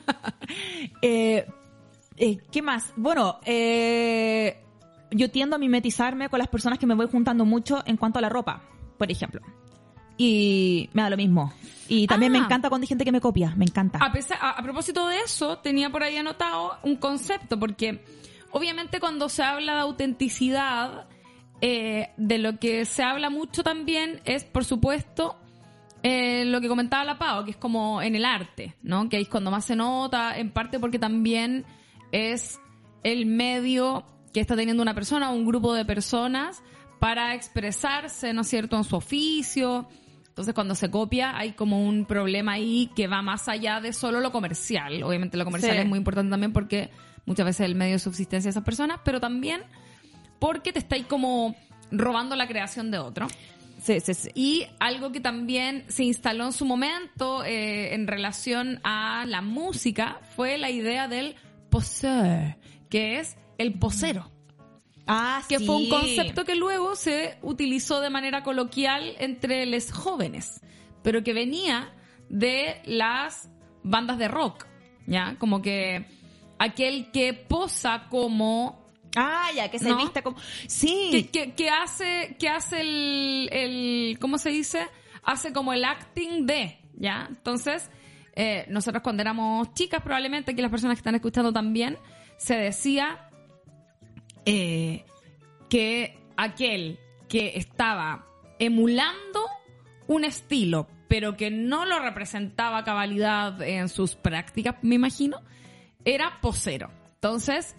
¿Qué más? Bueno, yo tiendo a mimetizarme con las personas que me voy juntando mucho en cuanto a la ropa, por ejemplo. Y me da lo mismo. Y también me encanta cuando hay gente que me copia, me encanta. A propósito de eso, tenía por ahí anotado un concepto, porque obviamente cuando se habla de autenticidad, de lo que se habla mucho también es, por supuesto, lo que comentaba la Pau, que es como en el arte, ¿no? Que ahí es cuando más se nota, en parte porque también es el medio que está teniendo una persona o un grupo de personas para expresarse, ¿no es cierto?, en su oficio. Entonces, cuando se copia, hay como un problema ahí que va más allá de solo lo comercial. Obviamente lo comercial Sí. es muy importante también porque muchas veces es el medio de subsistencia de esas personas, pero también porque te estáis como robando la creación de otro. Sí. Y algo que también se instaló en su momento en relación a la música fue la idea del poseur, que es el posero. Ah, Que sí. fue un concepto que luego se utilizó de manera coloquial entre los jóvenes, pero que venía de las bandas de rock, ¿ya? Como que aquel que posa como... Ah, ya, que se ¿no? vista como... Sí. que hace el ¿cómo se dice? Hace como el acting de, ¿ya? Entonces, nosotros cuando éramos chicas, probablemente, aquí las personas que están escuchando también, se decía que aquel que estaba emulando un estilo, pero que no lo representaba a cabalidad en sus prácticas, me imagino, era posero. Entonces,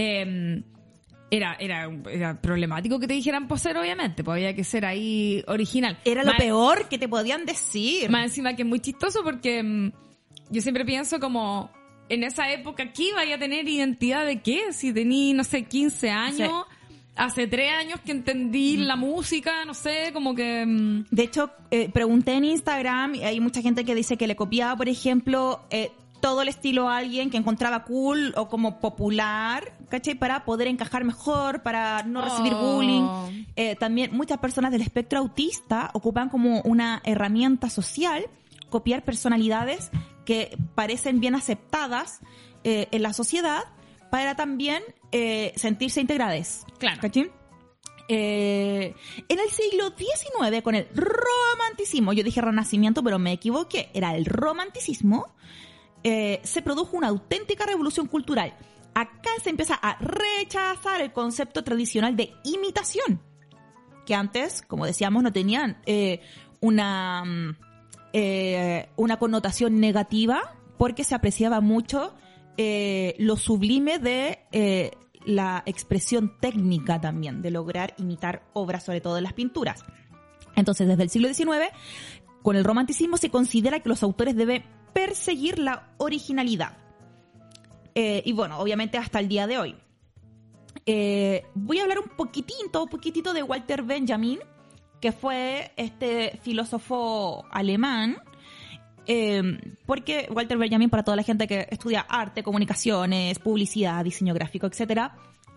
era problemático que te dijeran posero, obviamente, pues había que ser ahí original. Era lo peor que te podían decir. Más encima que es muy chistoso porque yo siempre pienso como en esa época, ¿qué vaya a tener identidad de qué? Si tení, no sé, 15 años, Sí. hace 3 años que entendí la música, no sé, como que... De hecho, pregunté en Instagram y hay mucha gente que dice que le copiaba, por ejemplo, todo el estilo a alguien que encontraba cool o como popular, ¿cachai? Para poder encajar mejor, para no recibir bullying. También muchas personas del espectro autista ocupan como una herramienta social copiar personalidades que parecen bien aceptadas en la sociedad para también sentirse integradas. Claro. ¿Cachai? En el siglo XIX, con el romanticismo, yo dije renacimiento, pero me equivoqué, era el romanticismo, se produjo una auténtica revolución cultural. Acá se empieza a rechazar el concepto tradicional de imitación, que antes, como decíamos, no tenían una connotación negativa, porque se apreciaba mucho lo sublime de la expresión técnica también, de lograr imitar obras, sobre todo de las pinturas. Entonces, desde el siglo XIX, con el romanticismo se considera que los autores deben perseguir la originalidad. Y bueno, obviamente hasta el día de hoy. Voy a hablar un poquitito de Walter Benjamin, que fue este filósofo alemán, porque Walter Benjamin, para toda la gente que estudia arte, comunicaciones, publicidad, diseño gráfico, etcétera,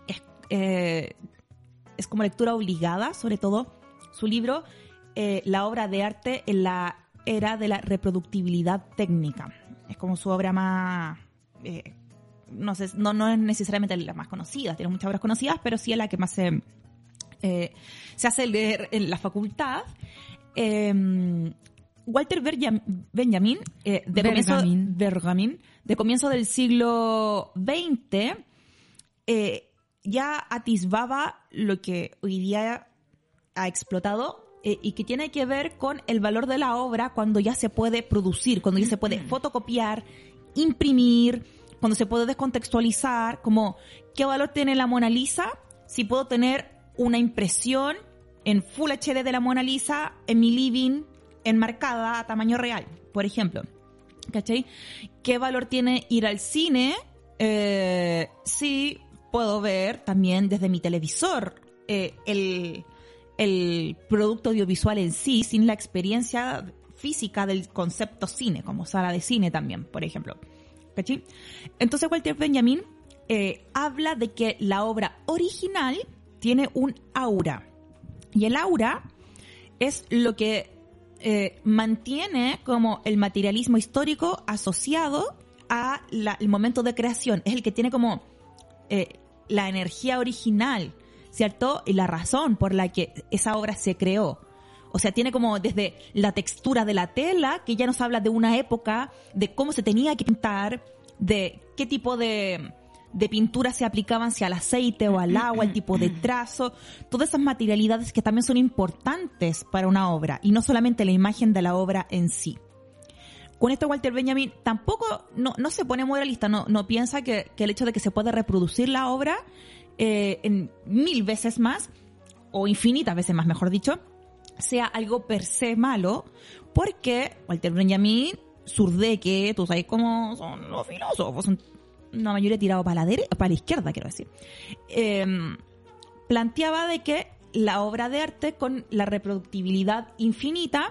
es como lectura obligada, sobre todo su libro, La obra de arte en la era de la reproductibilidad técnica. Es como su obra más... no es necesariamente la más conocida, tiene muchas obras conocidas, pero sí es la que más se hace leer en la facultad. Walter Benjamin, de comienzo del siglo XX, ya atisbaba lo que hoy día ha explotado, y que tiene que ver con el valor de la obra cuando ya se puede producir, cuando ya se puede fotocopiar, imprimir, cuando se puede descontextualizar, como qué valor tiene la Mona Lisa si puedo tener una impresión en Full HD de la Mona Lisa en mi living, enmarcada a tamaño real, por ejemplo. ¿Cachai? ¿Qué valor tiene ir al cine si puedo ver también desde mi televisor el producto audiovisual en sí, sin la experiencia física del concepto cine, como sala de cine también, por ejemplo? ¿Cachai? Entonces Walter Benjamin habla de que la obra original tiene un aura. Y el aura es lo que mantiene como el materialismo histórico asociado a el momento de creación. Es el que tiene como la energía original, ¿cierto? Y la razón por la que esa obra se creó. O sea, tiene como desde la textura de la tela, que ya nos habla de una época, de cómo se tenía que pintar, de qué tipo de pintura se aplicaban, si al aceite o al agua, el tipo de trazo, todas esas materialidades que también son importantes para una obra, y no solamente la imagen de la obra en sí. Con esto Walter Benjamin tampoco no se pone moralista, no piensa que el hecho de que se pueda reproducir la obra en 1000 veces más, o infinitas veces más, mejor dicho, sea algo per se malo, porque Walter Benjamin, surdeque, tú sabes cómo son los filósofos, son una mayoría tirado para la izquierda, quiero decir, planteaba de que la obra de arte con la reproductibilidad infinita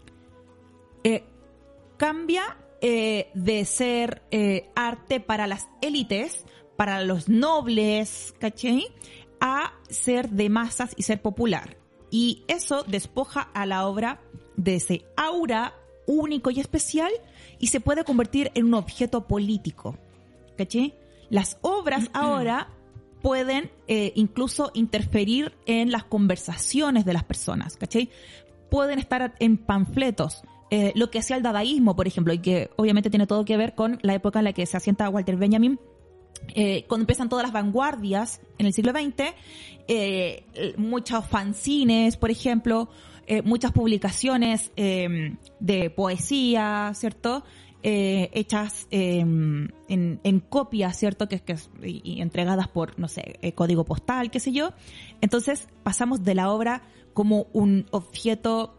cambia de ser arte para las élites, para los nobles, ¿cachai?, a ser de masas y ser popular. Y eso despoja a la obra de ese aura único y especial y se puede convertir en un objeto político, ¿cachai? Las obras ahora pueden incluso interferir en las conversaciones de las personas, ¿cachai? Pueden estar en panfletos. Lo que hacía el dadaísmo, por ejemplo, y que obviamente tiene todo que ver con la época en la que se asienta Walter Benjamin, cuando empiezan todas las vanguardias en el siglo XX, muchos fanzines, por ejemplo, muchas publicaciones de poesía, ¿cierto?, hechas en copias, ¿cierto?, y entregadas por, no sé, código postal, qué sé yo. Entonces pasamos de la obra como un objeto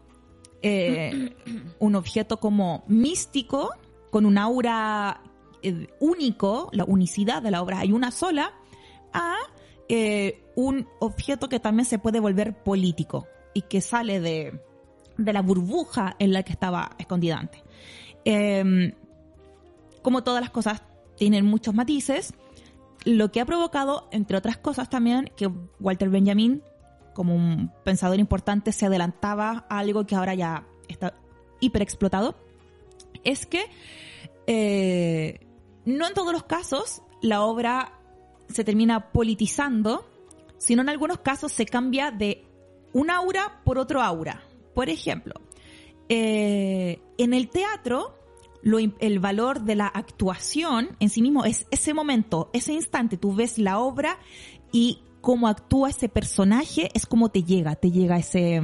como místico, con un aura único, la unicidad de la obra, hay una sola, a un objeto que también se puede volver político y que sale de la burbuja en la que estaba escondida antes. Como todas las cosas tienen muchos matices, lo que ha provocado, entre otras cosas también, que Walter Benjamin, como un pensador importante, se adelantaba a algo que ahora ya está hiperexplotado, es que no en todos los casos la obra se termina politizando, sino en algunos casos se cambia de un aura por otro aura. Por ejemplo, en el teatro, el valor de la actuación en sí mismo es ese momento, ese instante. Tú ves la obra y cómo actúa ese personaje es como te llega ese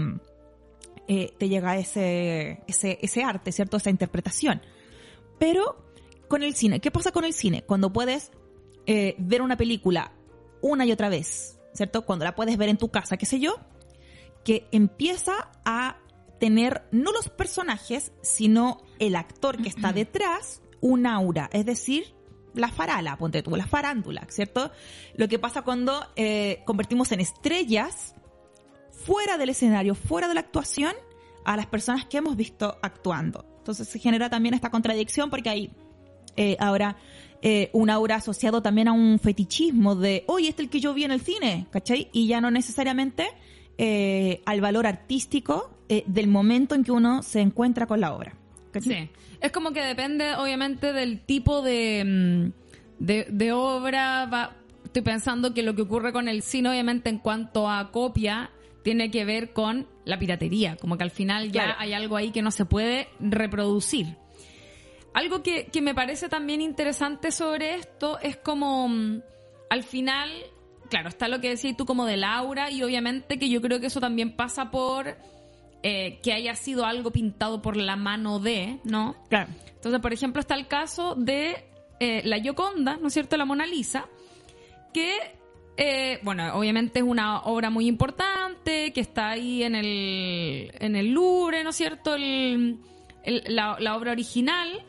arte, ¿cierto? Esa interpretación. Pero con el cine, ¿qué pasa con el cine? Cuando puedes ver una película una y otra vez, ¿cierto? Cuando la puedes ver en tu casa, qué sé yo, que empieza a tener no los personajes, sino el actor que está detrás, un aura, es decir, la farala, ponte tú, la farándula, ¿cierto? Lo que pasa cuando convertimos en estrellas fuera del escenario, fuera de la actuación, a las personas que hemos visto actuando. Entonces se genera también esta contradicción porque hay ahora un aura asociado también a un fetichismo de, oye, este es el que yo vi en el cine, ¿cachai? Y ya no necesariamente al valor artístico del momento en que uno se encuentra con la obra. ¿Cachai? Sí. Es como que depende, obviamente, del tipo de obra. Estoy pensando que lo que ocurre con el cine, obviamente, en cuanto a copia, tiene que ver con la piratería. Como que al final ya hay algo ahí que no se puede reproducir. Algo que me parece también interesante sobre esto es como, al final, claro, está lo que decías tú como del aura, y obviamente que yo creo que eso también pasa por que haya sido algo pintado por la mano de, ¿no? Claro. Entonces, por ejemplo, está el caso de la Gioconda, ¿no es cierto?, la Mona Lisa, que, bueno, obviamente es una obra muy importante, que está ahí en el Louvre, ¿no es cierto?, la obra original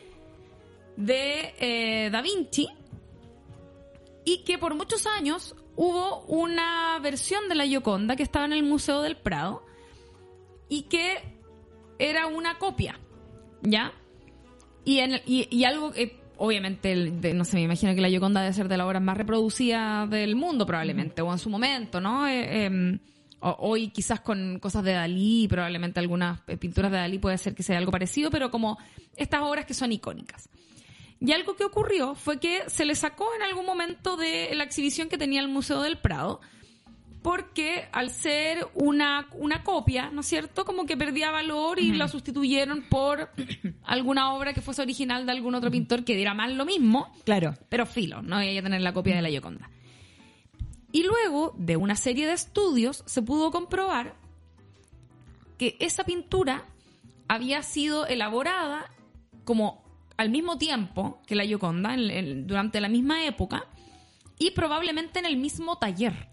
de Da Vinci, y que por muchos años hubo una versión de la Gioconda que estaba en el Museo del Prado y que era una copia, ¿ya? Y algo que obviamente, no sé, me imagino que la Gioconda debe ser de las obras más reproducidas del mundo probablemente, o en su momento, ¿no? Hoy quizás con cosas de Dalí, probablemente algunas pinturas de Dalí puede ser que sea algo parecido, pero como estas obras que son icónicas. Y algo que ocurrió fue que se le sacó en algún momento de la exhibición que tenía el Museo del Prado, porque al ser una copia, ¿no es cierto?, como que perdía valor y la sustituyeron por alguna obra que fuese original de algún otro pintor que diera más lo mismo. Claro. Pero filo, no iba a tener la copia de la Gioconda. Y luego de una serie de estudios se pudo comprobar que esa pintura había sido elaborada como al mismo tiempo que la Gioconda, durante la misma época, y probablemente en el mismo taller.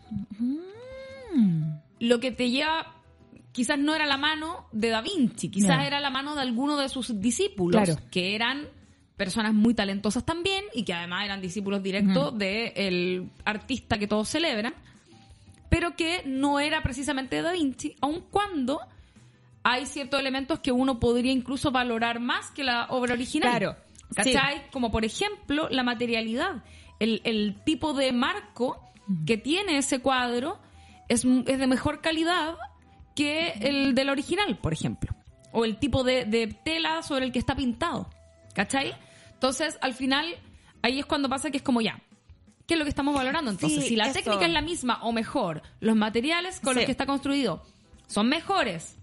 Lo que te lleva, quizás no era la mano de Da Vinci, quizás era la mano de alguno de sus discípulos, que eran personas muy talentosas también y que además eran discípulos directos del artista que todos celebran, pero que no era precisamente de Da Vinci, aun cuando hay ciertos elementos que uno podría incluso valorar más que la obra original. Claro. ¿Cachai? Sí. Como por ejemplo la materialidad, el tipo de marco que tiene ese cuadro es de mejor calidad que el del original, por ejemplo. O el tipo de tela sobre el que está pintado. ¿Cachai? Entonces, al final, ahí es cuando pasa que es como ya, ¿qué es lo que estamos valorando? Entonces, Sí, si la eso. técnica es la misma o mejor, los materiales con los que está construido son mejores,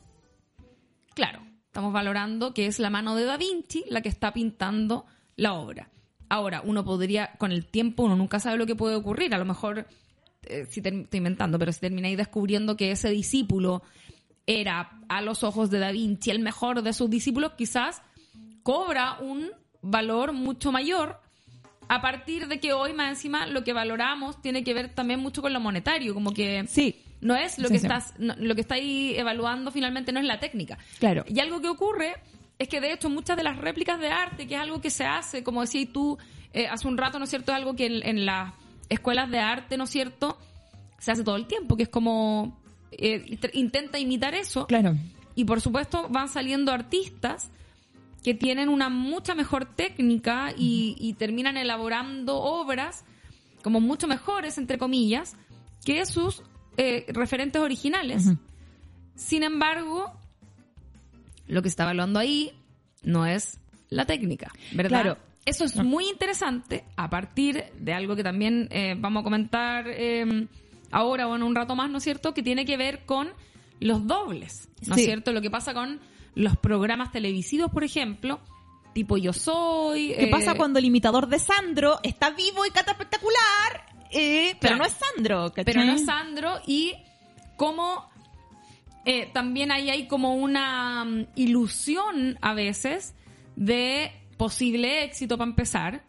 claro, estamos valorando que es la mano de Da Vinci la que está pintando la obra. Ahora, uno podría, con el tiempo, uno nunca sabe lo que puede ocurrir. A lo mejor, estoy inventando, pero si termináis descubriendo que ese discípulo era, a los ojos de Da Vinci, el mejor de sus discípulos, quizás cobra un valor mucho mayor a partir de que hoy, más encima, lo que valoramos tiene que ver también mucho con lo monetario. Como que no es lo que estás, lo que estáis evaluando finalmente no es la técnica. Claro. Y algo que ocurre es que, de hecho, muchas de las réplicas de arte, que es algo que se hace, como decías tú hace un rato, ¿no es cierto?, es algo que en las escuelas de arte, ¿no es cierto?, se hace todo el tiempo, que es como intenta imitar eso. Claro. Y, por supuesto, van saliendo artistas que tienen una mucha mejor técnica y terminan elaborando obras como mucho mejores, entre comillas, que sus referentes originales. Sin embargo, lo que se está evaluando ahí no es la técnica, ¿verdad? Claro. Eso es muy interesante a partir de algo que también vamos a comentar ahora o en un rato más, ¿no es cierto?, que tiene que ver con los dobles, ¿no es cierto? Lo que pasa con los programas televisivos, por ejemplo, tipo Yo Soy. ¿Qué pasa cuando el imitador de Sandro está vivo y canta espectacular? Pero claro, no es Sandro, ¿cachai? Pero no es Sandro, y como también ahí hay como una ilusión a veces de posible éxito para empezar,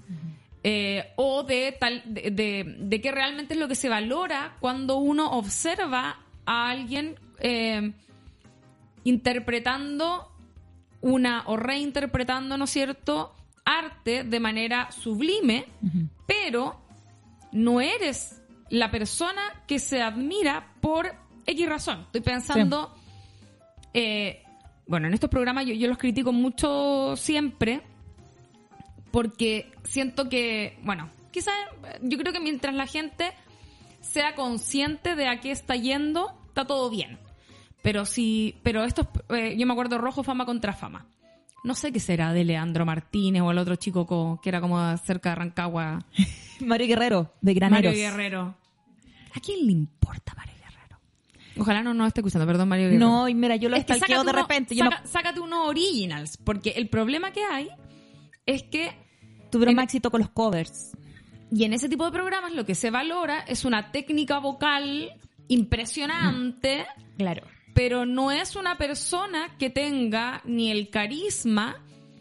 o de que realmente es lo que se valora cuando uno observa a alguien interpretando o reinterpretando, ¿no es cierto?, arte de manera sublime, pero no eres la persona que se admira por X razón. Estoy pensando... bueno, en estos programas yo los critico mucho siempre porque siento que, bueno, quizás yo creo que mientras la gente sea consciente de a qué está yendo, está todo bien. Pero estos, yo me acuerdo Rojo Fama contra Fama. No sé qué será de Leandro Martínez o el otro chico que era como cerca de Rancagua. Mario Guerrero, de Graneros. Mario Guerrero. ¿A quién le importa Mario Guerrero? Ojalá no esté escuchando, perdón, Mario Guerrero. No, y mira, yo lo stalkeo de repente. Sácate unos originals, porque el problema que hay es que... Tuvieron más éxito con los covers. Y en ese tipo de programas lo que se valora es una técnica vocal impresionante. Claro. Pero no es una persona que tenga ni el carisma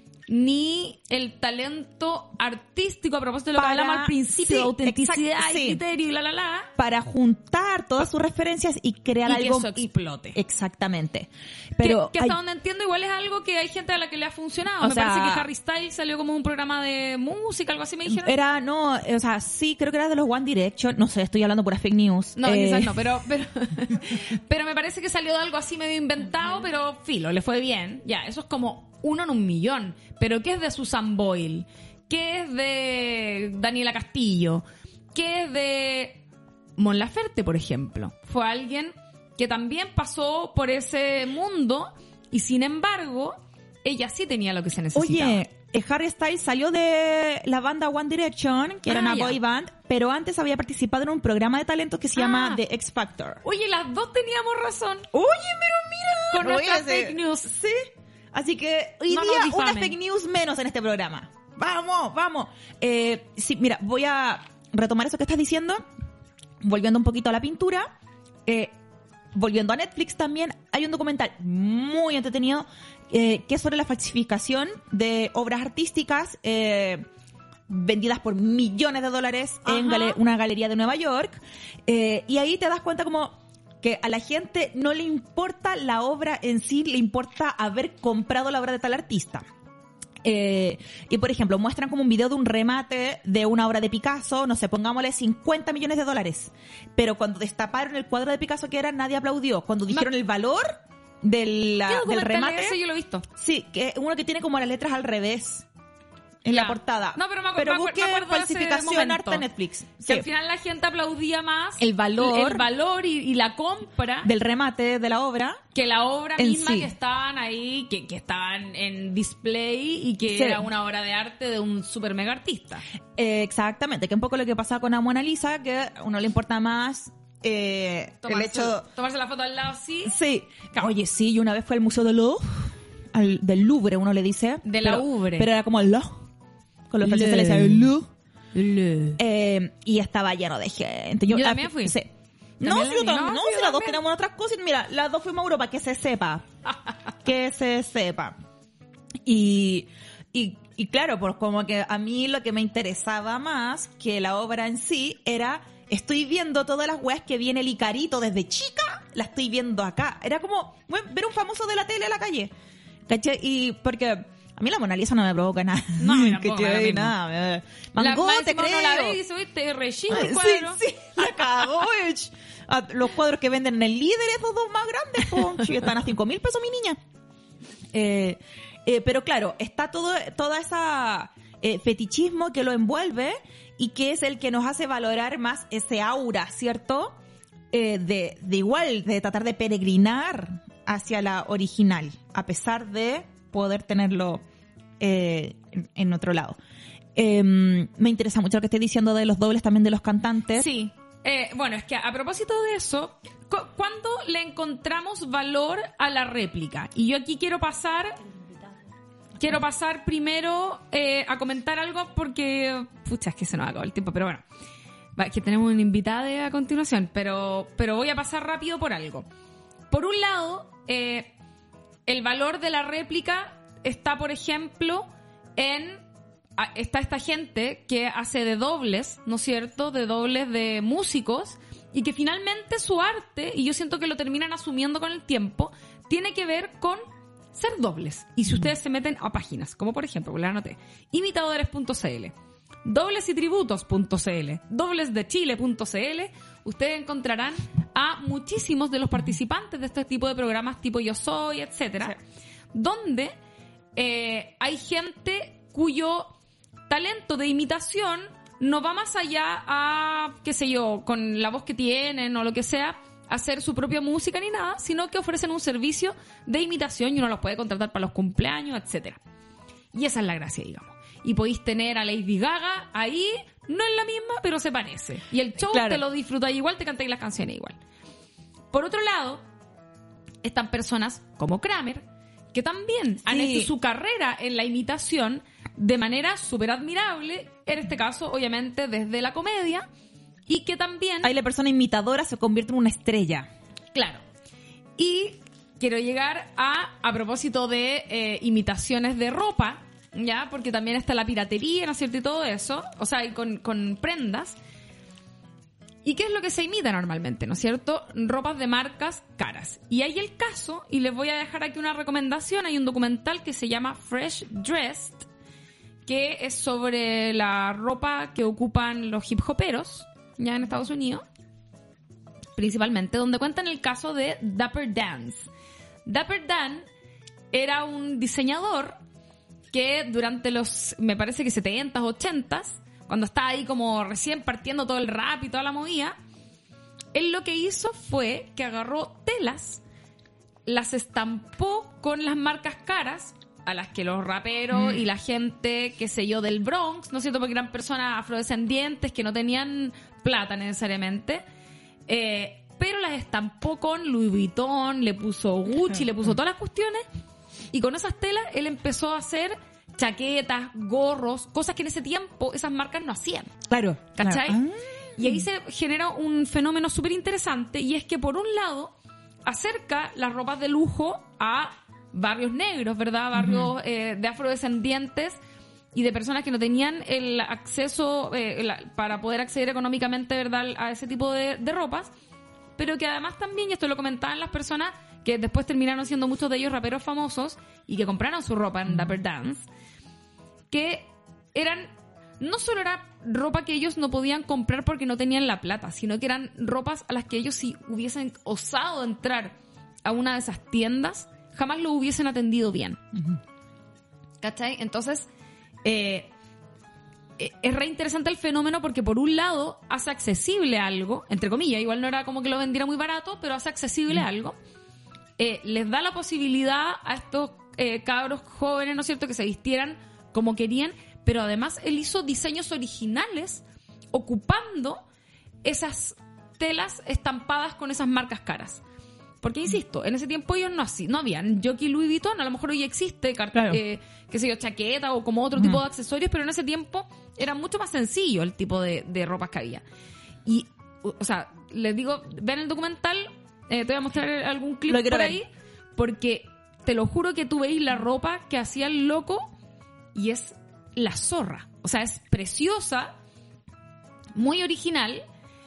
ni el talento artístico, a propósito de lo que hablamos al principio, de autenticidad y criterio y para juntar todas sus referencias y crear y algo que eso explote. Exactamente. Pero que hasta donde entiendo igual es algo que hay gente a la que le ha funcionado. Me parece que Harry Styles salió como un programa de música, algo así me dijeron. Sí, creo que era de los One Direction. No sé, estoy hablando pura fake news. No, quizás no, pero me parece que salió de algo así medio inventado, pero filo, le fue bien. Ya, eso es como 1 en 1.000.000. Pero ¿qué es de Susan Boyle? ¿Qué es de Daniela Castillo? ¿Qué es de Mon Laferte, por ejemplo? Fue alguien que también pasó por ese mundo y sin embargo ella sí tenía lo que se necesitaba. Oye, Harry Styles salió de la banda One Direction, que era una boy band, pero antes había participado en un programa de talentos que se llama The X Factor. Oye, las dos teníamos razón. Oye, pero mira. Con nuestras fake news. Sí. Así que hoy día una fake news menos en este programa. Vamos. Sí, mira, voy a retomar eso que estás diciendo, volviendo un poquito a la pintura, volviendo a Netflix también. Hay un documental muy entretenido que es sobre la falsificación de obras artísticas vendidas por millones de dólares en una galería de Nueva York. Y ahí te das cuenta como que a la gente no le importa la obra en sí, le importa haber comprado la obra de tal artista. Y por ejemplo, muestran como un video de un remate de una obra de Picasso, no sé, pongámosle $50 millones. Pero cuando destaparon el cuadro de Picasso que era, nadie aplaudió. Cuando dijeron el valor del remate... Ese yo lo he visto. Sí, que uno que tiene como las letras al revés en la portada. No, pero busque falsificación arte en Netflix. Sí. Al final la gente aplaudía más el valor y la compra del remate de la obra que la obra misma sí. Que estaban ahí, que estaban en display y que era una obra de arte de un super mega artista. Exactamente, que un poco lo que pasaba con la Mona Lisa, que a uno le importa más tomarse la foto al lado, sí. Sí. Oye, sí, yo una vez fui al Museo del Louvre, uno le dice. Louvre. Pero era como el con los franceses le decían y estaba lleno de gente. Yo también fui. Sí. No, si las dos tenemos otras cosas. Mira, las dos fuimos a Europa, que se sepa. Que se sepa. Y claro, pues como que a mí lo que me interesaba más que la obra en sí era... Estoy viendo todas las weas que viene el Icarito desde chica, la estoy viendo acá. Era como ver un famoso de la tele a la calle. ¿Cachai? Y porque... A mí la Mona Lisa no me provoca nada. No, tampoco, nada. Mango, te creo. No la ves y subiste re chico el cuadro. Sí, la cagó. Los cuadros que venden en el Líder, esos dos más grandes, po, están a 5.000 pesos, mi niña. Pero claro, está toda esa fetichismo que lo envuelve y que es el que nos hace valorar más ese aura, ¿cierto? De igual, de tratar de peregrinar hacia la original, a pesar de poder tenerlo en otro lado. Me interesa mucho lo que estés diciendo de los dobles también de los cantantes. Sí. Bueno, es que a propósito de eso, ¿cuándo le encontramos valor a la réplica? Y yo aquí quiero pasar primero a comentar algo porque... Pucha, es que se nos acabó el tiempo, pero bueno. Es que tenemos una invitada a continuación, pero voy a pasar rápido por algo. Por un lado... el valor de la réplica está, por ejemplo, está esta gente que hace de dobles, ¿no es cierto? De dobles de músicos y que finalmente su arte, y yo siento que lo terminan asumiendo con el tiempo, tiene que ver con ser dobles. Y si ustedes se meten a páginas, como por ejemplo, la anoté, imitadores.cl, doblesytributos.cl, doblesdechile.cl, ustedes encontrarán a muchísimos de los participantes de este tipo de programas tipo Yo Soy, etcétera, donde hay gente cuyo talento de imitación no va más allá a, qué sé yo, con la voz que tienen o lo que sea, hacer su propia música ni nada, sino que ofrecen un servicio de imitación y uno los puede contratar para los cumpleaños, etcétera. Y esa es la gracia, digamos. Y podéis tener a Lady Gaga ahí, no es la misma, pero se parece. Y el show te lo disfrutáis igual, te cantáis las canciones igual. Por otro lado, están personas como Kramer, que también han hecho su carrera en la imitación de manera súper admirable, en este caso, obviamente, desde la comedia, y que también... Ahí la persona imitadora se convierte en una estrella. Claro. Y quiero llegar a propósito de imitaciones de ropa, ¿ya? Porque también está la piratería, ¿no es cierto? Y todo eso, o sea, y con prendas. ¿Y qué es lo que se imita normalmente, no es cierto? Ropas de marcas caras. Y hay el caso, y les voy a dejar aquí una recomendación, hay un documental que se llama Fresh Dressed, que es sobre la ropa que ocupan los hip hoperos, ya en Estados Unidos, principalmente, donde cuentan el caso de Dapper Dan. Dapper Dan era un diseñador que durante los, me parece que 70s, 80s, cuando estaba ahí como recién partiendo todo el rap y toda la movida, él lo que hizo fue que agarró telas, las estampó con las marcas caras a las que los raperos y la gente, qué sé yo, del Bronx, ¿no es cierto? Porque eran personas afrodescendientes que no tenían plata necesariamente, pero las estampó con Louis Vuitton, le puso Gucci, le puso todas las cuestiones, y con esas telas él empezó a hacer chaquetas, gorros, cosas que en ese tiempo esas marcas no hacían. Claro. ¿Cachai? Claro. Y ahí se genera un fenómeno súper interesante, y es que por un lado acerca las ropas de lujo a barrios negros, ¿verdad? Barrios de afrodescendientes y de personas que no tenían el acceso para poder acceder económicamente, ¿verdad?, a ese tipo de ropas, pero que además también, y esto lo comentaban las personas que después terminaron siendo muchos de ellos raperos famosos y que compraron su ropa en Dapper Dan, que eran, no solo era ropa que ellos no podían comprar porque no tenían la plata, sino que eran ropas a las que ellos, si hubiesen osado entrar a una de esas tiendas, jamás lo hubiesen atendido bien. ¿Cachai? Entonces, es re interesante el fenómeno porque por un lado hace accesible algo, entre comillas, igual no era como que lo vendiera muy barato, pero hace accesible algo. Les da la posibilidad a estos cabros jóvenes, ¿no es cierto?, que se vistieran como querían, pero además él hizo diseños originales ocupando esas telas estampadas con esas marcas caras. Porque, insisto, en ese tiempo ellos no habían Jockey Louis Vuitton, a lo mejor hoy existe, claro, qué sé yo, chaqueta o como otro tipo de accesorios, pero en ese tiempo era mucho más sencillo el tipo de ropas que había. Y, o sea, les digo, vean el documental, te voy a mostrar algún clip por ahí, porque te lo juro que tú veis la ropa que hacía el loco y es la zorra. O sea, es preciosa, muy original,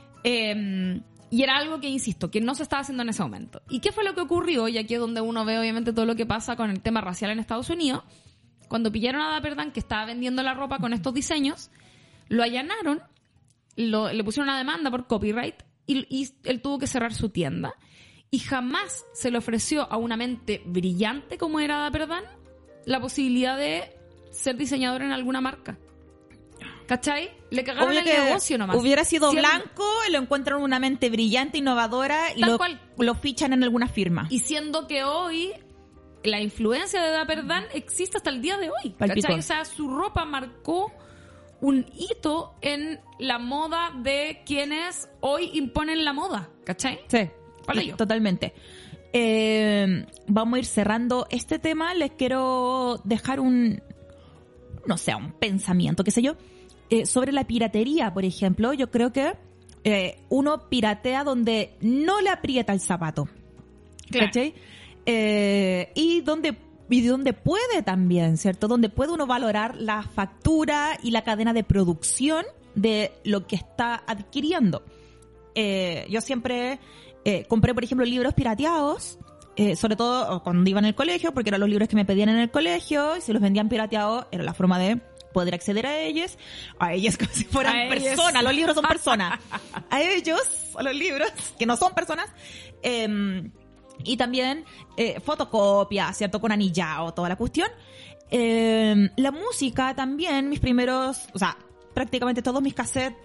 y era algo que, insisto, que no se estaba haciendo en ese momento. ¿Y qué fue lo que ocurrió? Y aquí es donde uno ve, obviamente, todo lo que pasa con el tema racial en Estados Unidos. Cuando pillaron a Dapper Dan, que estaba vendiendo la ropa con estos diseños, lo allanaron, le pusieron una demanda por copyright y él tuvo que cerrar su tienda. Y jamás se le ofreció a una mente brillante como era Dapper Dan la posibilidad de ser diseñador en alguna marca. ¿Cachai? Le cagaron el negocio nomás. Hubiera sido blanco, lo encuentran una mente brillante, innovadora y lo fichan en alguna firma. Y siendo que hoy la influencia de Dapper Dan existe hasta el día de hoy. ¿Cachai? O sea, su ropa marcó un hito en la moda de quienes hoy imponen la moda. ¿Cachai? Sí, vale, yo. Totalmente. Vamos a ir cerrando este tema. Les quiero dejar un pensamiento, qué sé yo. Sobre la piratería, por ejemplo, yo creo que uno piratea donde no le aprieta el zapato. Claro. ¿Cachai? Y donde puede también, ¿cierto? Donde puede uno valorar la factura y la cadena de producción de lo que está adquiriendo. Yo siempre compré, por ejemplo, libros pirateados, sobre todo cuando iba en el colegio, porque eran los libros que me pedían en el colegio, y si los vendían pirateados, era la forma de poder acceder a ellos como si fueran personas, los libros son personas, a ellos a los libros, que no son personas. Y también fotocopia, ¿cierto? Con anillado, toda la cuestión. La música también, mis primeros, o sea, prácticamente todos mis cassettes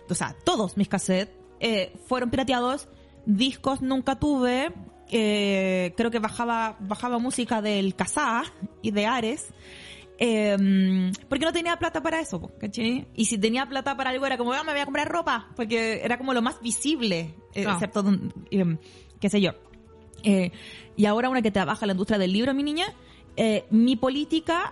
fueron pirateados. Discos nunca tuve. Creo que bajaba música del Kazaa y de Ares. Porque no tenía plata para eso, ¿cachai? Y si tenía plata para algo era como, me voy a comprar ropa, porque era como lo más visible, excepto, qué sé yo. Y ahora una que trabaja en la industria del libro, mi niña, mi política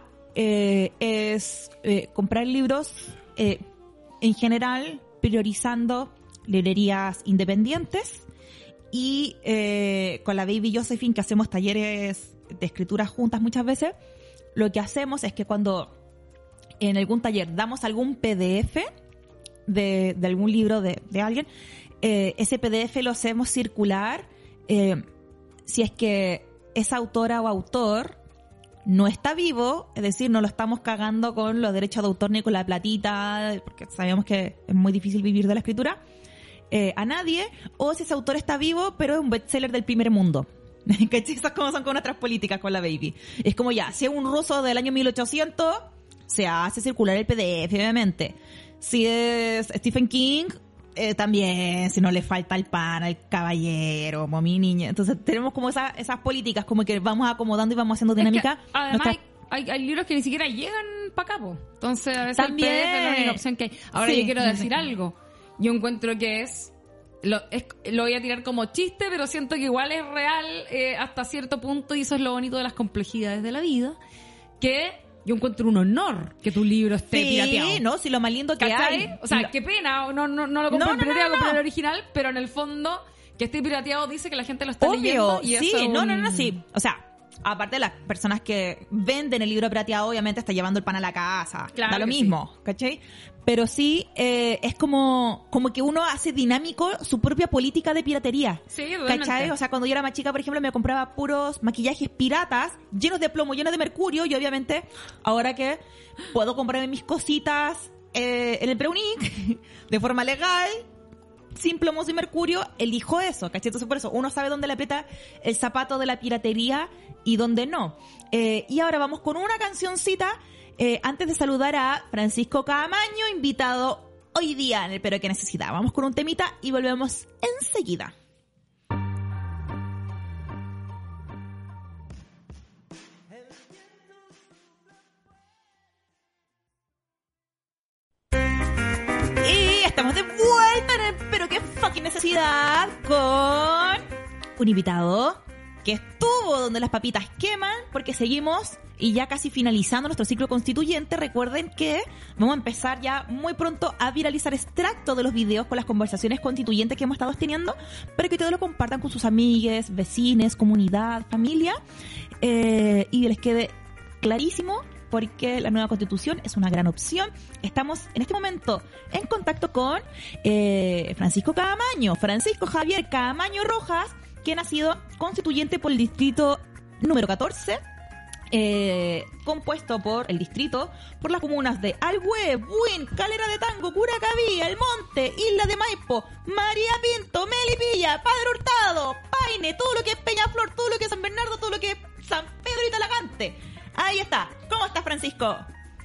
es comprar libros en general, priorizando librerías independientes, y con la baby Josephine, que hacemos talleres de escritura juntas muchas veces, lo que hacemos es que cuando en algún taller damos algún PDF de algún libro de alguien, ese PDF lo hacemos circular si es que esa autora o autor no está vivo, es decir, no lo estamos cagando con los derechos de autor ni con la platita, porque sabemos que es muy difícil vivir de la escritura, a nadie, o si ese autor está vivo, pero es un bestseller del primer mundo. ¿Cachai? Esas como son con nuestras políticas con la baby. Es como ya, si es un ruso del año 1800, se hace circular el PDF, obviamente. Si es Stephen King, también, si no le falta el pan al caballero, como mi niña. Entonces tenemos como esas políticas, como que vamos acomodando y vamos haciendo dinámica. Es que, además, hay libros que ni siquiera llegan para acá, po. Entonces a veces también el PDF es la única opción que hay. Ahora sí, yo quiero decir algo. Yo encuentro que lo voy a tirar como chiste, pero siento que igual es real hasta cierto punto, y eso es lo bonito de las complejidades de la vida, que yo encuentro un honor que tu libro esté pirateado. Sí, no, si lo más lindo que hay. O sea, qué pena, no lo compré en pirateado, compré el original, pero en el fondo que esté pirateado dice que la gente lo está leyendo. Y sí, eso sí. O sea, aparte de las personas que venden el libro pirateado, obviamente está llevando el pan a la casa. Claro, da lo mismo, sí. ¿Cachai? Pero sí, es como que uno hace dinámico su propia política de piratería. Sí, totalmente. ¿Cachai? O sea, cuando yo era más chica, por ejemplo, me compraba puros maquillajes piratas, llenos de plomo, llenos de mercurio, y obviamente, ahora que puedo comprarme mis cositas en el Preunic, de forma legal, sin plomos y mercurio, elijo eso, ¿cachai? Entonces por eso uno sabe dónde le aprieta el zapato de la piratería y dónde no. Y ahora vamos con una cancioncita antes de saludar a Francisco Caamaño, invitado hoy día en el Pero Qué Necesidad. Vamos con un temita y volvemos enseguida. Estamos de vuelta en el Pero Qué Fucking Necesidad con un invitado que estuvo donde las papitas queman, porque seguimos y ya casi finalizando nuestro ciclo constituyente. Recuerden que vamos a empezar ya muy pronto a viralizar extractos de los videos con las conversaciones constituyentes que hemos estado teniendo, para que ustedes lo compartan con sus amigues, vecines, comunidad, familia, y les quede clarísimo porque la nueva constitución es una gran opción. Estamos en este momento en contacto con Francisco Caamaño, Francisco Javier Caamaño Rojas, quien ha sido constituyente por el distrito número 14, compuesto por el distrito, por las comunas de Alhué, Buin, Calera de Tango, Curacaví, El Monte, Isla de Maipo, María Pinto, Melipilla, Padre Hurtado, Paine, todo lo que es Peñaflor, todo lo que es San Bernardo, todo lo que es San Pedro y Talagante. Ahí está. ¿Cómo estás, Francisco?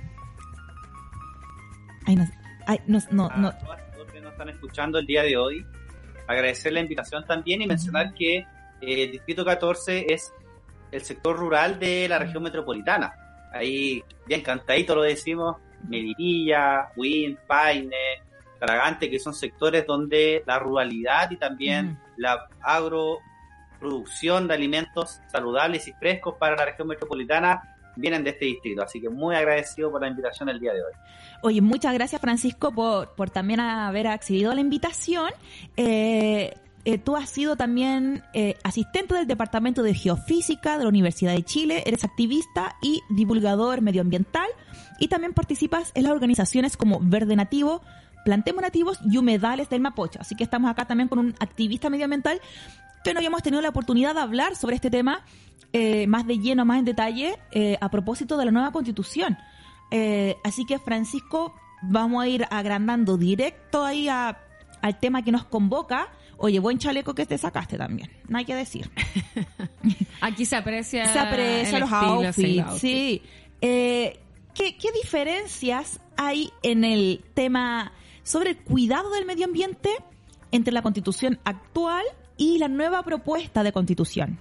A todos los que nos están escuchando el día de hoy, agradecer la invitación también y mencionar que el Distrito 14 es el sector rural de la región metropolitana. Ahí, bien cantadito lo decimos, Melipilla, Buin, Paine, Talagante, que son sectores donde la ruralidad y también la agroproducción de alimentos saludables y frescos para la región metropolitana vienen de este distrito, así que muy agradecido por la invitación el día de hoy. Oye, muchas gracias, Francisco, por también haber accedido a la invitación. Tú has sido también asistente del Departamento de Geofísica de la Universidad de Chile, eres activista y divulgador medioambiental, y también participas en las organizaciones como Verde Nativo, Plantemos Nativos y Humedales del Mapocho. Así que estamos acá también con un activista medioambiental que no habíamos tenido la oportunidad de hablar sobre este tema más de lleno, más en detalle, a propósito de la nueva Constitución. Así que, Francisco, vamos a ir agrandando directo ahí al tema que nos convoca, Oye, buen chaleco que te sacaste también, no hay que decir. Aquí se aprecia los estilo, outfits, sí. ¿Qué diferencias hay en el tema sobre el cuidado del medio ambiente entre la Constitución actual y la nueva propuesta de Constitución?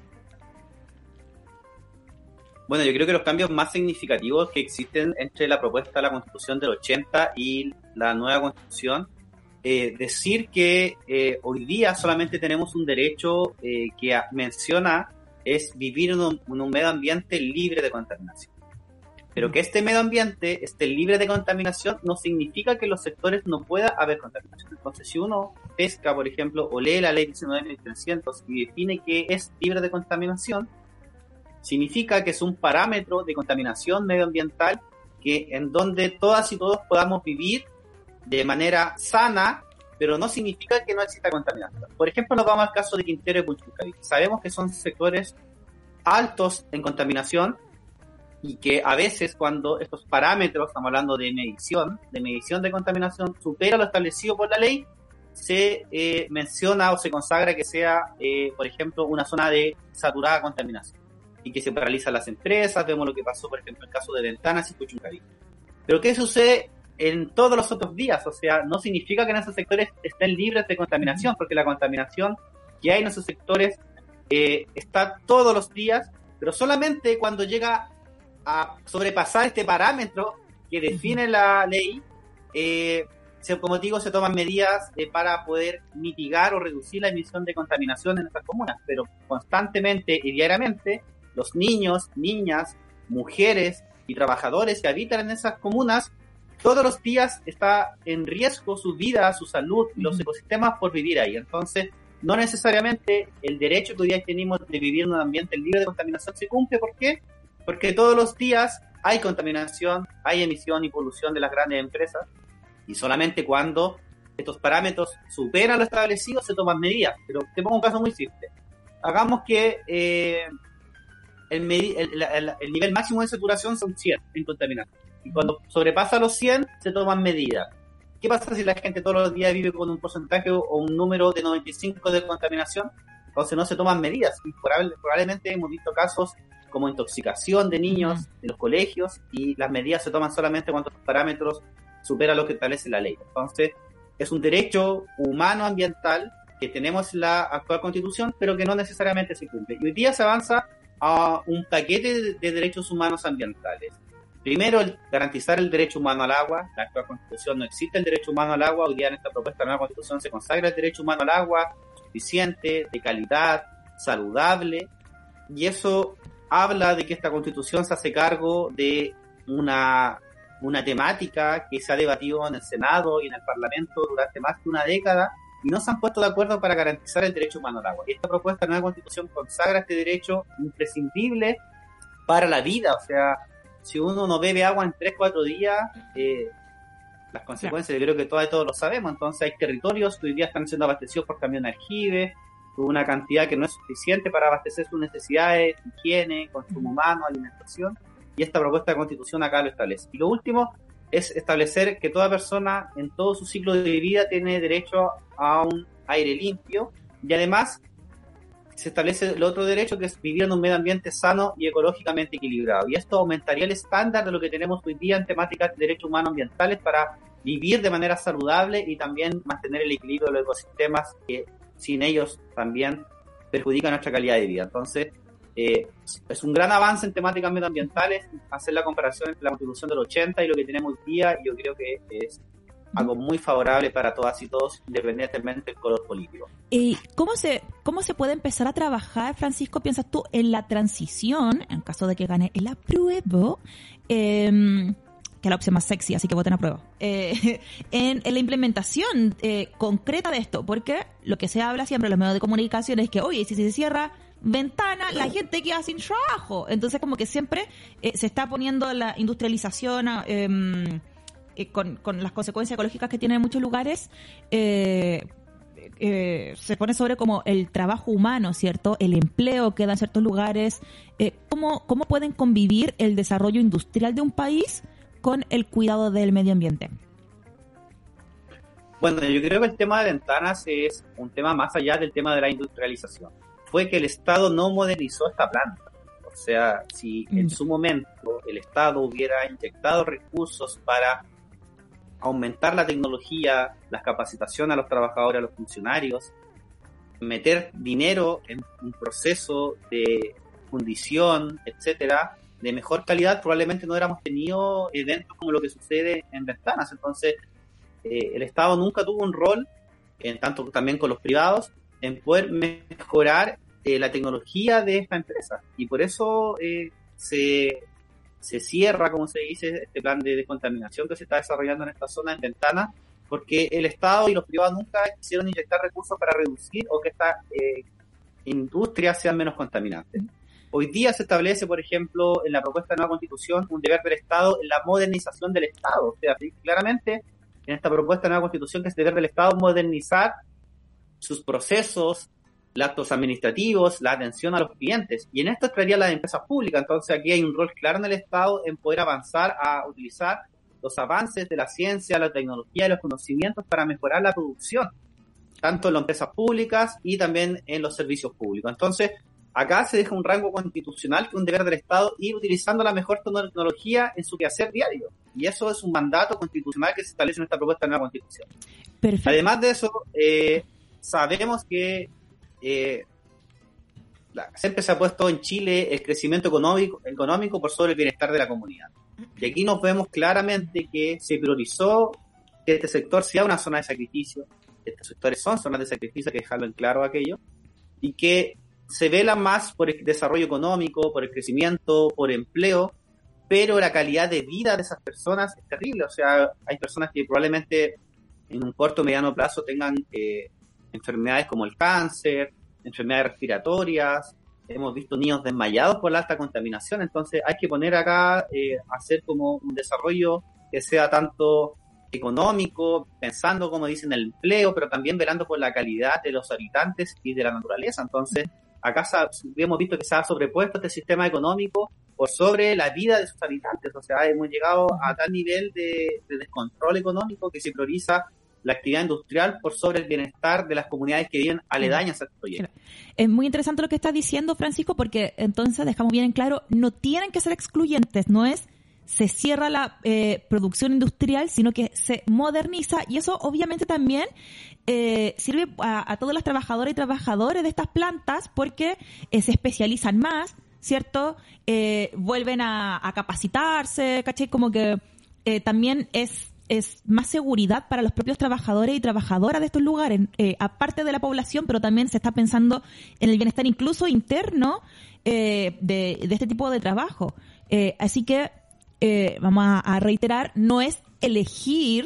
Bueno, yo creo que los cambios más significativos que existen entre la propuesta de la Constitución del 80 y la nueva Constitución, decir que hoy día solamente tenemos un derecho que menciona es vivir en un medio ambiente libre de contaminación. Pero que este medio ambiente esté libre de contaminación no significa que en los sectores no pueda haber contaminación. Entonces, si uno pesca, por ejemplo, o lee la ley 19.300 y define que es libre de contaminación, significa que es un parámetro de contaminación medioambiental que en donde todas y todos podamos vivir de manera sana, pero no significa que no exista contaminación. Por ejemplo, nos vamos al caso de Quintero y Puchuncaví. Sabemos que son sectores altos en contaminación y que a veces cuando estos parámetros, estamos hablando de medición de contaminación, supera lo establecido por la ley, se menciona o se consagra que sea, por ejemplo, una zona de saturada contaminación y que se paralizan las empresas. Vemos lo que pasó, por ejemplo, en el caso de Ventanas y Puchuncaví. Pero ¿qué sucede en todos los otros días? O sea, no significa que en esos sectores estén libres de contaminación, porque la contaminación que hay en esos sectores está todos los días, pero solamente cuando llega a sobrepasar este parámetro que define la ley, como digo, se toman medidas para poder mitigar o reducir la emisión de contaminación en nuestras comunas, pero constantemente y diariamente los niños, niñas, mujeres y trabajadores que habitan en esas comunas, todos los días está en riesgo su vida, su salud, los ecosistemas por vivir ahí. Entonces, no necesariamente el derecho que hoy día tenemos de vivir en un ambiente libre de contaminación se cumple. ¿Por qué? Porque todos los días hay contaminación, hay emisión y polución de las grandes empresas, y solamente cuando estos parámetros superan lo establecido se toman medidas. Pero te pongo un caso muy simple. Hagamos que el nivel máximo de saturación son 100 en contaminación, y cuando sobrepasa los 100 se toman medidas. ¿Qué pasa si la gente todos los días vive con un porcentaje o un número de 95 de contaminación? Entonces no se toman medidas, y probablemente hemos visto casos como intoxicación de niños de los colegios, y las medidas se toman solamente cuando los parámetros superan lo que establece la ley. Entonces, es un derecho humano ambiental que tenemos en la actual Constitución, pero que no necesariamente se cumple. Y hoy día se avanza a un paquete de derechos humanos ambientales. Primero, garantizar el derecho humano al agua. En la actual Constitución no existe el derecho humano al agua. Hoy día en esta propuesta de nueva Constitución se consagra el derecho humano al agua suficiente, de calidad, saludable, y eso habla de que esta Constitución se hace cargo de una temática que se ha debatido en el Senado y en el Parlamento durante más de una década, y no se han puesto de acuerdo para garantizar el derecho humano al agua. Esta propuesta de nueva Constitución consagra este derecho imprescindible para la vida. O sea, si uno no bebe agua en 3-4 días, las consecuencias, yo creo que todos lo sabemos. Entonces hay territorios que hoy día están siendo abastecidos por camión de aljibe, con una cantidad que no es suficiente para abastecer sus necesidades, higiene, consumo humano, alimentación, y esta propuesta de Constitución acá lo establece. Y lo último es establecer que toda persona en todo su ciclo de vida tiene derecho a un aire limpio, y además se establece el otro derecho, que es vivir en un medio ambiente sano y ecológicamente equilibrado, y esto aumentaría el estándar de lo que tenemos hoy día en temáticas de derechos humanos ambientales para vivir de manera saludable y también mantener el equilibrio de los ecosistemas que sin ellos también perjudica nuestra calidad de vida. Entonces, es un gran avance en temáticas medioambientales hacer la comparación entre la Constitución del 80 y lo que tenemos hoy día, y yo creo que es algo muy favorable para todas y todos, independientemente del color político. ¿Y cómo se puede empezar a trabajar, Francisco, piensas tú, en la transición, en caso de que gane el apruebo, que es la opción más sexy, así que voten apruebo, en la implementación concreta de esto? Porque lo que se habla siempre en los medios de comunicación es que, oye, si se cierra Ventana, la gente queda sin trabajo. Entonces, como que siempre se está poniendo la industrialización con las consecuencias ecológicas que tiene en muchos lugares, se pone sobre como el trabajo humano, ¿cierto? El empleo que da en ciertos lugares. ¿Cómo pueden convivir el desarrollo industrial de un país con el cuidado del medio ambiente? Bueno, yo creo que el tema de ventanas es un tema más allá del tema de la industrialización. Fue que el Estado no modernizó esta planta. O sea, si en su momento el Estado hubiera inyectado recursos para aumentar la tecnología, la capacitación a los trabajadores, a los funcionarios, meter dinero en un proceso de fundición, etcétera, de mejor calidad, probablemente no hubiéramos tenido eventos como lo que sucede en Ventanas. Entonces, el Estado nunca tuvo un rol, en tanto también con los privados, en poder mejorar la tecnología de esta empresa. Y por eso se cierra, como se dice, este plan de descontaminación que se está desarrollando en esta zona, en Ventanas, porque el Estado y los privados nunca quisieron inyectar recursos para reducir o que estas industrias sean menos contaminantes. Hoy día se establece, por ejemplo, en la propuesta de nueva Constitución, un deber del Estado en la modernización del Estado. O sea, claramente en esta propuesta de nueva Constitución que es deber del Estado modernizar sus procesos, los actos administrativos, la atención a los clientes. Y en esto entrarían las empresas públicas. Entonces aquí hay un rol claro en el Estado en poder avanzar a utilizar los avances de la ciencia, la tecnología y los conocimientos para mejorar la producción, tanto en las empresas públicas y también en los servicios públicos. Entonces, acá se deja un rango constitucional que es un deber del Estado ir utilizando la mejor tecnología en su quehacer diario. Y eso es un mandato constitucional que se establece en esta propuesta de nueva Constitución. Perfecto. Además de eso, sabemos que siempre se ha puesto en Chile el crecimiento económico por sobre el bienestar de la comunidad. Y aquí nos vemos claramente que se priorizó que este sector sea una zona de sacrificio. Estos sectores son zonas de sacrificio, hay que dejarlo en claro aquello, y que se vela más por el desarrollo económico, por el crecimiento, por empleo, pero la calidad de vida de esas personas es terrible. O sea, hay personas que probablemente en un corto o mediano plazo tengan enfermedades como el cáncer, enfermedades respiratorias. Hemos visto niños desmayados por la alta contaminación. Entonces hay que poner acá, hacer como un desarrollo que sea tanto económico, pensando, como dicen, el empleo, pero también velando por la calidad de los habitantes y de la naturaleza. Entonces, acá hemos visto que se ha sobrepuesto este sistema económico por sobre la vida de sus habitantes. O sea, hemos llegado a tal nivel de descontrol económico que se prioriza la actividad industrial por sobre el bienestar de las comunidades que viven aledañas a este proyecto. Es muy interesante lo que estás diciendo, Francisco, porque entonces dejamos bien en claro, no tienen que ser excluyentes, no es se cierra la producción industrial, sino que se moderniza, y eso obviamente también sirve a todas las trabajadoras y trabajadores de estas plantas porque se especializan más, ¿cierto? Vuelven a capacitarse, ¿cachai? Como que también es más seguridad para los propios trabajadores y trabajadoras de estos lugares, aparte de la población, pero también se está pensando en el bienestar incluso interno de este tipo de trabajo. Así que vamos a reiterar, no es elegir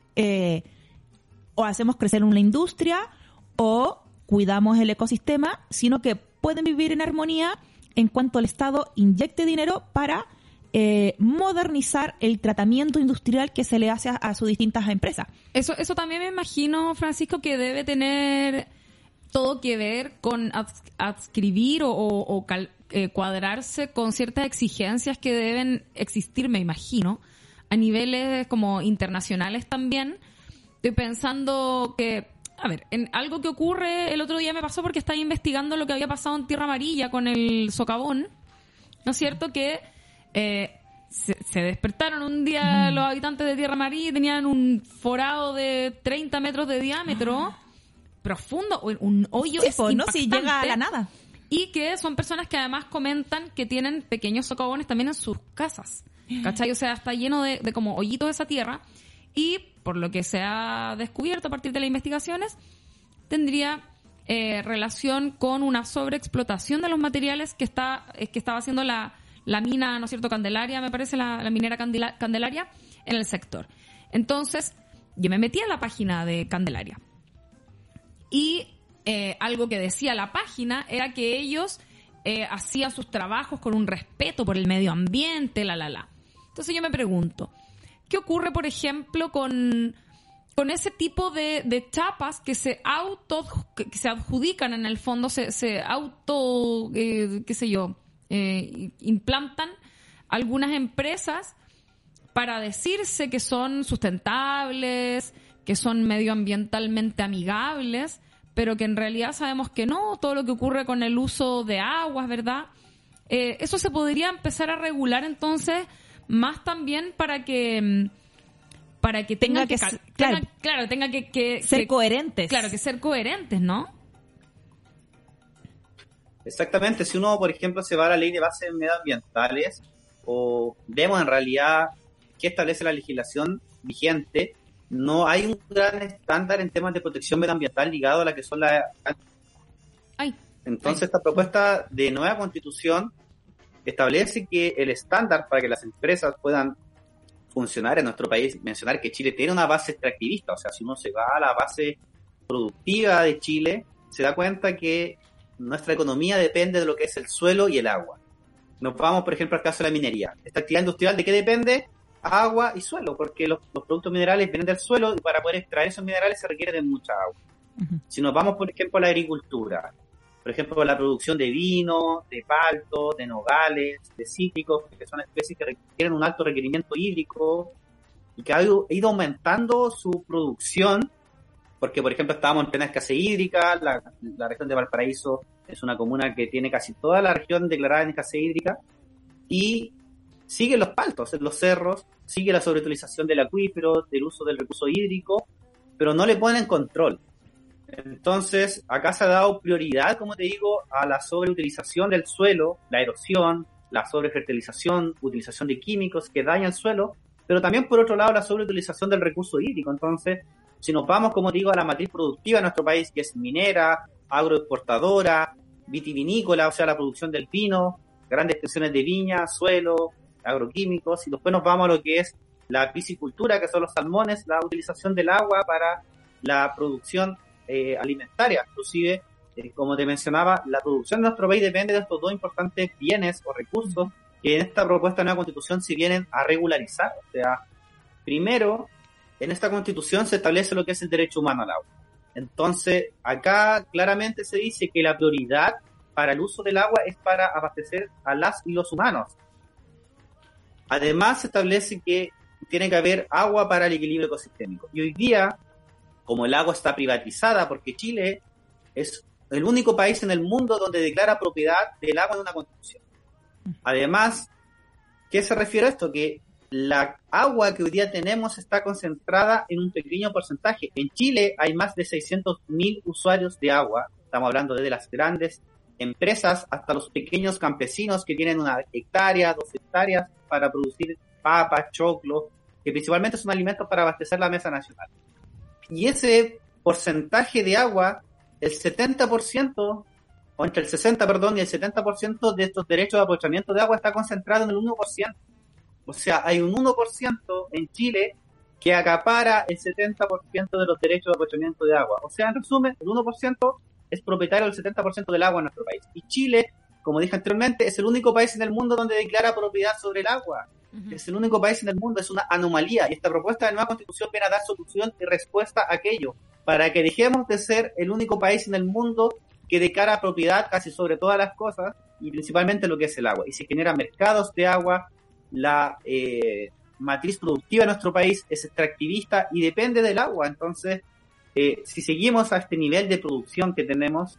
o hacemos crecer una industria o cuidamos el ecosistema, sino que pueden vivir en armonía en cuanto el Estado inyecte dinero para modernizar el tratamiento industrial que se le hace a sus distintas empresas. Eso también me imagino, Francisco, que debe tener todo que ver con adscribir o cuadrarse con ciertas exigencias que deben existir, me imagino, a niveles como internacionales también. Estoy pensando que, a ver, en algo que ocurre, el otro día me pasó porque estaba investigando lo que había pasado en Tierra Amarilla con el socavón, ¿no es cierto? Que se despertaron un día los habitantes de Tierra Amarilla y tenían un forado de 30 metros de diámetro, profundo, un hoyo impactante, ¿no? Si llega a la nada. Y que son personas que además comentan que tienen pequeños socavones también en sus casas, ¿cachai? O sea, está lleno de como hoyitos esa tierra, y por lo que se ha descubierto a partir de las investigaciones, tendría relación con una sobreexplotación de los materiales que estaba haciendo la mina, ¿no es cierto?, Candelaria, me parece, la minera Candelaria, en el sector. Entonces, yo me metí a la página de Candelaria. Y algo que decía la página era que ellos hacían sus trabajos con un respeto por el medio ambiente, Entonces yo me pregunto, ¿qué ocurre, por ejemplo, con ese tipo de chapas que se adjudican en el fondo, se auto, qué sé yo, implantan algunas empresas para decirse que son sustentables, que son medioambientalmente amigables, pero que en realidad sabemos que no, todo lo que ocurre con el uso de aguas, ¿verdad? Eso se podría empezar a regular entonces más también para que tenga que ser coherentes. Claro, que ser coherentes, ¿no? Exactamente, si uno, por ejemplo, se va a la ley de bases medioambientales o vemos en realidad qué establece la legislación vigente, no hay un gran estándar en temas de protección medioambiental ligado a la que son las... Entonces, esta propuesta de nueva constitución establece que el estándar para que las empresas puedan funcionar en nuestro país, mencionar que Chile tiene una base extractivista, o sea, si uno se va a la base productiva de Chile, se da cuenta que nuestra economía depende de lo que es el suelo y el agua. Nos vamos, por ejemplo, al caso de la minería. Esta actividad industrial, ¿de qué depende? Agua y suelo, porque los productos minerales vienen del suelo y para poder extraer esos minerales se requiere de mucha agua. Uh-huh. Si nos vamos, por ejemplo, a la agricultura, por ejemplo, la producción de vino, de palto, de nogales, de cítricos, que son especies que requieren un alto requerimiento hídrico y que ha ido aumentando su producción, porque, por ejemplo, estábamos en plena escasez hídrica, la región de Valparaíso es una comuna que tiene casi toda la región declarada en escasez hídrica, y sigue los paltos en los cerros, sigue la sobreutilización del acuífero, del uso del recurso hídrico, pero no le ponen control. Entonces, acá se ha dado prioridad, como te digo, a la sobreutilización del suelo, la erosión, la sobrefertilización, utilización de químicos que dañan el suelo, pero también, por otro lado, la sobreutilización del recurso hídrico. Entonces, si nos vamos, como digo, a la matriz productiva de nuestro país, que es minera, agroexportadora, vitivinícola, o sea, la producción del vino, grandes extensiones de viña, suelo, agroquímicos, y después nos vamos a lo que es la piscicultura, que son los salmones, la utilización del agua para la producción alimentaria. Inclusive, como te mencionaba, la producción de nuestro país depende de estos dos importantes bienes o recursos que en esta propuesta de nueva constitución se vienen a regularizar. O sea, primero, en esta constitución se establece lo que es el derecho humano al agua. Entonces, acá claramente se dice que la prioridad para el uso del agua es para abastecer a las y los humanos. Además, se establece que tiene que haber agua para el equilibrio ecosistémico. Y hoy día, como el agua está privatizada, porque Chile es el único país en el mundo donde declara propiedad del agua en una constitución. Además, ¿qué se refiere a esto? Que la agua que hoy día tenemos está concentrada en un pequeño porcentaje. En Chile hay más de 600.000 usuarios de agua. Estamos hablando desde las grandes empresas hasta los pequeños campesinos que tienen 1 hectárea, 2 hectáreas para producir papas, choclo, que principalmente son alimentos para abastecer la mesa nacional. Y ese porcentaje de agua, el 70%, o entre el 60, y el 70% de estos derechos de aprovechamiento de agua está concentrado en el 1%. O sea, hay un 1% en Chile que acapara el 70% de los derechos de aprovechamiento de agua. O sea, en resumen, el 1% es propietario del 70% del agua en nuestro país. Y Chile, como dije anteriormente, es el único país en el mundo donde declara propiedad sobre el agua. Uh-huh. Es el único país en el mundo, es una anomalía. Y esta propuesta de nueva constitución viene a dar solución y respuesta a aquello, para que dejemos de ser el único país en el mundo que declara propiedad casi sobre todas las cosas, y principalmente lo que es el agua. Y se generan mercados de agua. La matriz productiva de nuestro país es extractivista y depende del agua. Entonces, si seguimos a este nivel de producción que tenemos,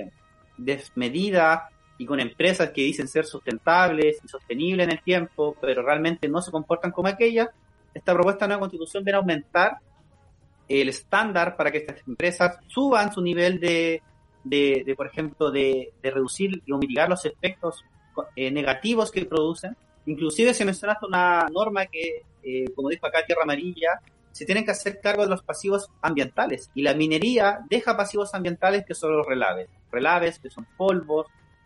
desmedida y con empresas que dicen ser sustentables y sostenibles en el tiempo, pero realmente no se comportan como aquellas, esta propuesta de nueva constitución viene a aumentar el estándar para que estas empresas suban su nivel de por ejemplo, de reducir o mitigar los efectos negativos que producen. Inclusive se menciona hasta una norma que, como dijo acá Tierra Amarilla, se tienen que hacer cargo de los pasivos ambientales. Y la minería deja pasivos ambientales que son los relaves. Relaves que son polvos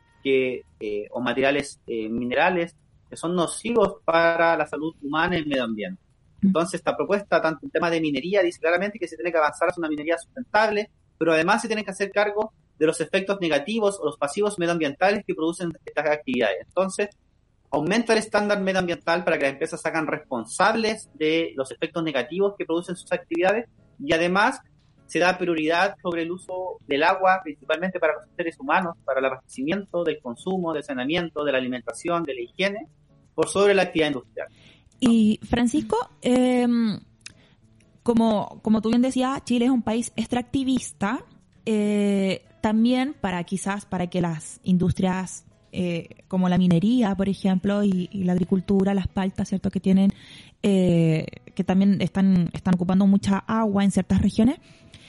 o materiales minerales que son nocivos para la salud humana y el medio ambiente. Entonces, esta propuesta, tanto en tema de minería, dice claramente que se tiene que avanzar hacia una minería sustentable, pero además se tiene que hacer cargo de los efectos negativos o los pasivos medioambientales que producen estas actividades. Entonces, aumenta el estándar medioambiental para que las empresas se hagan responsables de los efectos negativos que producen sus actividades, y además se da prioridad sobre el uso del agua, principalmente para los seres humanos, para el abastecimiento, del consumo, del saneamiento, de la alimentación, de la higiene, por sobre la actividad industrial. Y Francisco, como tú bien decías, Chile es un país extractivista, también para que las industrias como la minería, por ejemplo, y la agricultura, las paltas, ¿cierto?, que tienen, que también están ocupando mucha agua en ciertas regiones,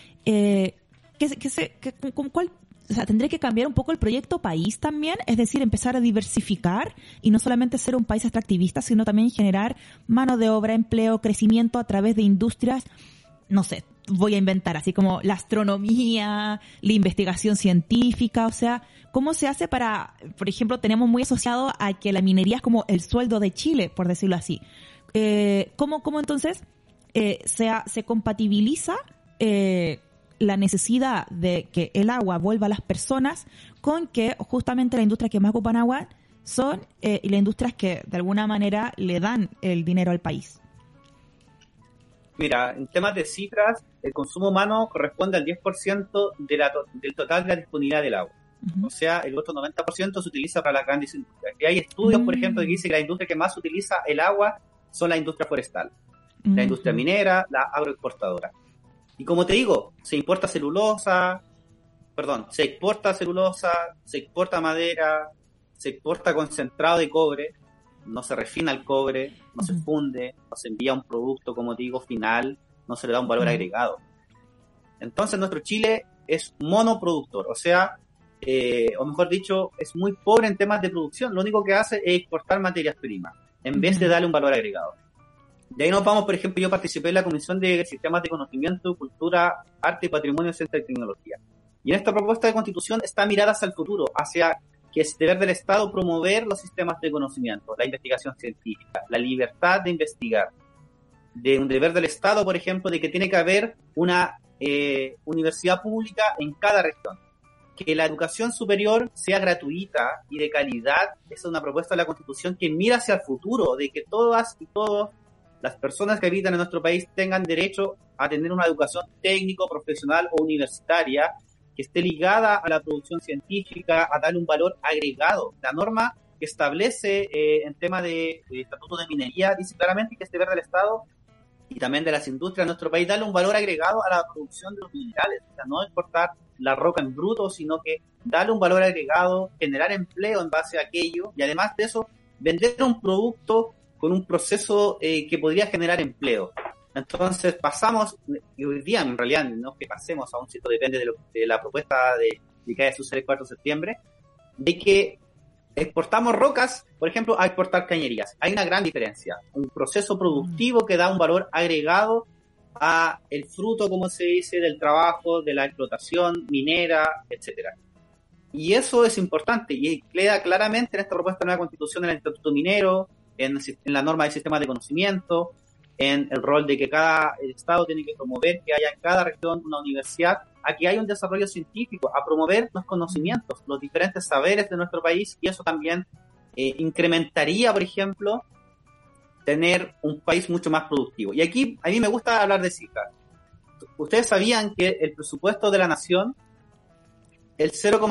¿con cuál? O sea, tendría que cambiar un poco el proyecto país también, es decir, empezar a diversificar y no solamente ser un país extractivista, sino también generar mano de obra, empleo, crecimiento a través de industrias, no sé, voy a inventar, así como la astronomía, la investigación científica, o sea, ¿cómo se hace para, por ejemplo, tenemos muy asociado a que la minería es como el sueldo de Chile, por decirlo así? ¿Cómo entonces se compatibiliza la necesidad de que el agua vuelva a las personas con que justamente las industrias que más ocupan agua son las industrias que de alguna manera le dan el dinero al país? Mira, en temas de cifras, el consumo humano corresponde al 10% del total de la disponibilidad del agua. Uh-huh. O sea, el otro 90% se utiliza para las grandes industrias. Y hay estudios, por ejemplo, que dicen que la industria que más utiliza el agua son la industria forestal, la industria minera, la agroexportadora. Y como te digo, se exporta celulosa, se exporta madera, se exporta concentrado de cobre, no se refina el cobre, no se funde, no se envía un producto, como te digo, final, no se le da un valor agregado. Entonces nuestro Chile es monoproductor, o sea, o mejor dicho, es muy pobre en temas de producción. Lo único que hace es exportar materias primas, en vez de darle un valor agregado. De ahí nos vamos, por ejemplo, yo participé en la Comisión de Sistemas de Conocimiento, Cultura, Arte y Patrimonio, Ciencia y Tecnología. Y en esta propuesta de constitución está mirada hacia el futuro, hacia que es deber del Estado promover los sistemas de conocimiento, la investigación científica, la libertad de investigar. De un deber del Estado, por ejemplo, de que tiene que haber una universidad pública en cada región. Que la educación superior sea gratuita y de calidad. Esa es una propuesta de la Constitución que mira hacia el futuro, de que todas y todos las personas que habitan en nuestro país tengan derecho a tener una educación técnico, profesional o universitaria que esté ligada a la producción científica, a darle un valor agregado. La norma que establece en tema de estatuto de minería dice claramente que es deber del Estado y también de las industrias de nuestro país darle un valor agregado a la producción de los minerales, o sea, no exportar la roca en bruto, sino que darle un valor agregado, generar empleo en base a aquello y además de eso vender un producto con un proceso que podría generar empleo. Entonces pasamos, y hoy día en realidad no es que pasemos, aún si esto depende de la propuesta de que haya sucedido el 4 de septiembre, de que exportamos rocas, por ejemplo, a exportar cañerías. Hay una gran diferencia, un proceso productivo que da un valor agregado a el fruto, como se dice, del trabajo, de la explotación minera, etcétera. Y eso es importante, y queda claramente en esta propuesta de nueva constitución en el Estatuto Minero, en la norma de sistemas de conocimiento, en el rol de que cada Estado tiene que promover que haya en cada región una universidad, a que haya un desarrollo científico, a promover los conocimientos, los diferentes saberes de nuestro país, y eso también incrementaría, por ejemplo, tener un país mucho más productivo. Y aquí a mí me gusta hablar de cifras. Ustedes sabían que el presupuesto de la nación, el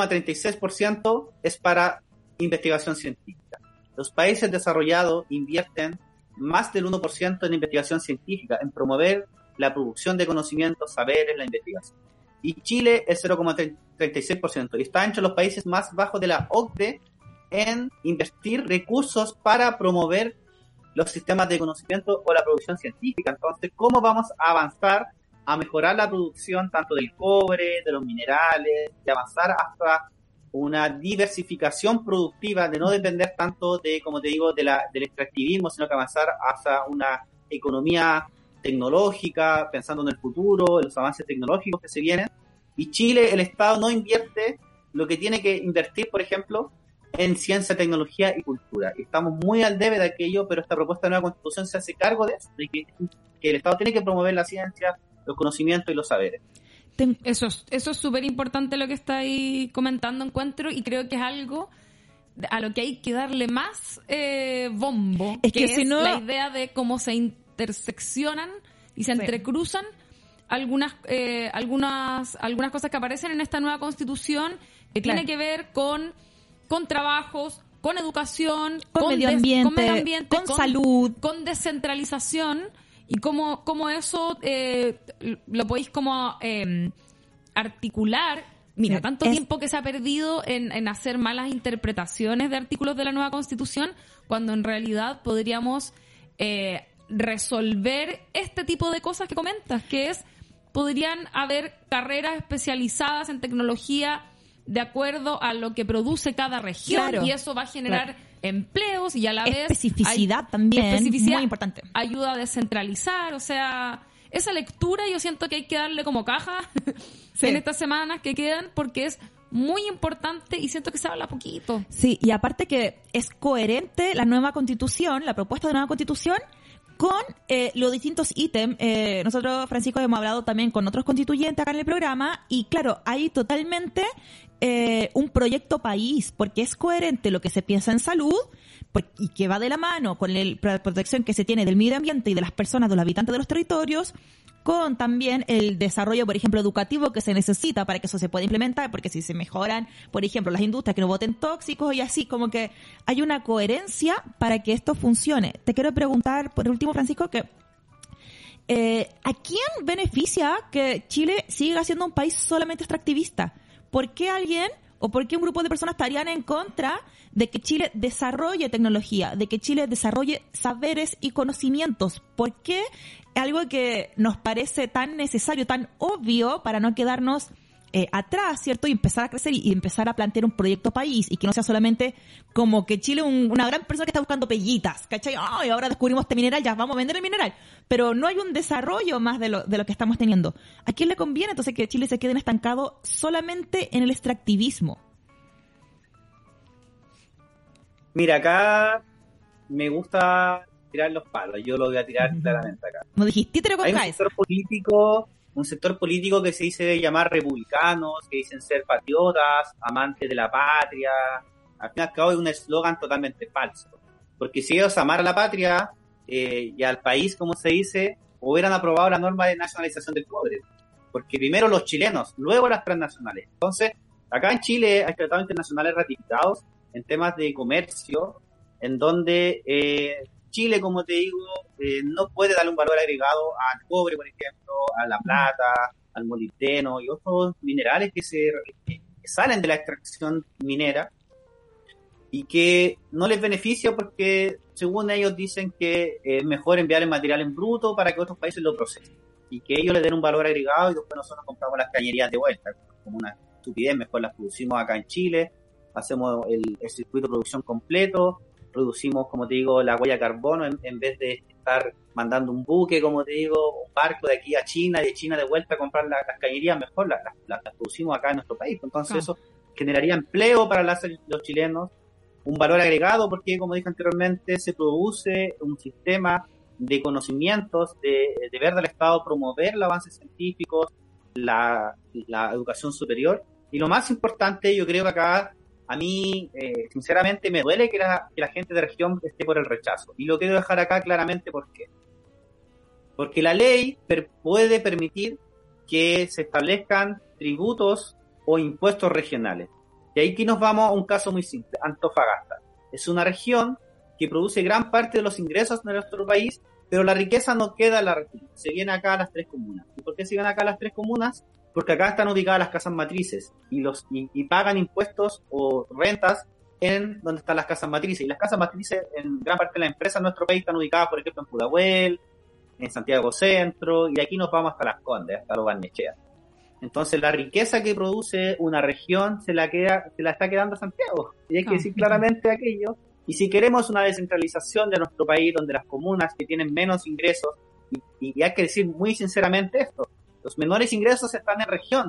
0,36% es para investigación científica. Los países desarrollados invierten más del 1% en investigación científica, en promover la producción de conocimientos, saberes, la investigación. Y Chile es 0,36% y está entre los países más bajos de la OCDE en invertir recursos para promover los sistemas de conocimiento o la producción científica. Entonces, ¿cómo vamos a avanzar a mejorar la producción tanto del cobre, de los minerales, de avanzar hasta una diversificación productiva, de no depender tanto de, como te digo, del extractivismo, sino que avanzar hacia una economía tecnológica, pensando en el futuro, en los avances tecnológicos que se vienen? Y Chile, el Estado no invierte lo que tiene que invertir, por ejemplo, en ciencia, tecnología y cultura. Y estamos muy al debe de aquello, pero esta propuesta de nueva constitución se hace cargo de eso, de que el Estado tiene que promover la ciencia, los conocimientos y los saberes. Eso es súper importante lo que está ahí comentando, encuentro, y creo que es algo a lo que hay que darle más bombo, es que si no, la idea de cómo se interseccionan y se entrecruzan algunas cosas que aparecen en esta nueva constitución que tiene que ver con trabajos, con educación, con medio ambiente, con salud, con descentralización. y cómo eso lo podéis como articular. Mira, tanto tiempo que se ha perdido en hacer malas interpretaciones de artículos de la nueva Constitución, cuando en realidad podríamos resolver este tipo de cosas que comentas, que podrían haber carreras especializadas en tecnología de acuerdo a lo que produce cada región, y eso va a generar empleos y a la vez especificidad también, muy importante. Ayuda a descentralizar, o sea, esa lectura yo siento que hay que darle como caja en estas semanas que quedan, porque es muy importante y siento que se habla poquito. Sí, y aparte que es coherente la nueva Constitución, la propuesta de nueva Constitución, con los distintos ítems. Nosotros, Francisco, hemos hablado también con otros constituyentes acá en el programa, y claro, hay totalmente un proyecto país, porque es coherente lo que se piensa en salud y que va de la mano con la protección que se tiene del medio ambiente y de las personas, de los habitantes de los territorios, con también el desarrollo, por ejemplo, educativo que se necesita para que eso se pueda implementar, porque si se mejoran, por ejemplo, las industrias que no boten tóxicos y así, como que hay una coherencia para que esto funcione. Te quiero preguntar, por último, Francisco, que ¿a quién beneficia que Chile siga siendo un país solamente extractivista? ¿Por qué alguien o por qué un grupo de personas estarían en contra de que Chile desarrolle tecnología, de que Chile desarrolle saberes y conocimientos? ¿Por qué algo que nos parece tan necesario, tan obvio para no quedarnos atrás, ¿cierto? Y empezar a crecer y empezar a plantear un proyecto país, y que no sea solamente como que Chile una gran persona que está buscando pellitas, ¿cachai? ¡Ay, ahora descubrimos este mineral, ya vamos a vender el mineral! Pero no hay un desarrollo más de lo que estamos teniendo. ¿A quién le conviene entonces que Chile se quede estancado solamente en el extractivismo? Mira, acá me gusta tirar los palos. Yo lo voy a tirar claramente acá. No dijiste, te lo Hay un sector político que se dice llamar republicanos, que dicen ser patriotas, amantes de la patria. Al fin y al cabo es un eslogan totalmente falso. Porque si ellos amaran la patria y al país, como se dice, hubieran aprobado la norma de nacionalización del cobre. Porque primero los chilenos, luego las transnacionales. Entonces, acá en Chile hay tratados internacionales ratificados en temas de comercio, en donde Chile, como te digo, no puede darle un valor agregado al cobre, por ejemplo, a la plata, al molibdeno y otros minerales que salen de la extracción minera y que no les beneficia porque, según ellos, dicen que es mejor enviar el material en bruto para que otros países lo procesen y que ellos le den un valor agregado y después nosotros compramos las cañerías de vuelta, como una estupidez. Mejor las producimos acá en Chile, hacemos el circuito de producción completo, reducimos, como te digo, la huella de carbono en vez de estar mandando un buque, como te digo, un barco de aquí a China y de China de vuelta a comprar las cañerías. Mejor las producimos acá en nuestro país. Entonces eso generaría empleo para los chilenos, un valor agregado, porque, como dije anteriormente, se produce un sistema de conocimientos, de ver del Estado promover el avance científico, la educación superior. Y lo más importante, yo creo que acá, a mí, sinceramente, me duele que la gente de región esté por el rechazo. Y lo quiero dejar acá claramente, ¿por qué? Porque la ley puede permitir que se establezcan tributos o impuestos regionales. Y ahí que nos vamos a un caso muy simple. Antofagasta es una región que produce gran parte de los ingresos de nuestro país, pero la riqueza no queda en la región. Se viene acá a las 3 comunas. ¿Y por qué se viene acá a las 3 comunas? Porque acá están ubicadas las casas matrices y pagan impuestos o rentas en donde están las casas matrices. Y las casas matrices, en gran parte de las empresas en nuestro país, están ubicadas, por ejemplo, en Pudahuel, en Santiago Centro, y de aquí nos vamos hasta Las Condes, hasta Lo Barnechea. Entonces, la riqueza que produce una región se la está quedando a Santiago. Y hay que decir claramente aquello. Y si queremos una descentralización de nuestro país, donde las comunas que tienen menos ingresos, y hay que decir muy sinceramente esto, los menores ingresos están en región.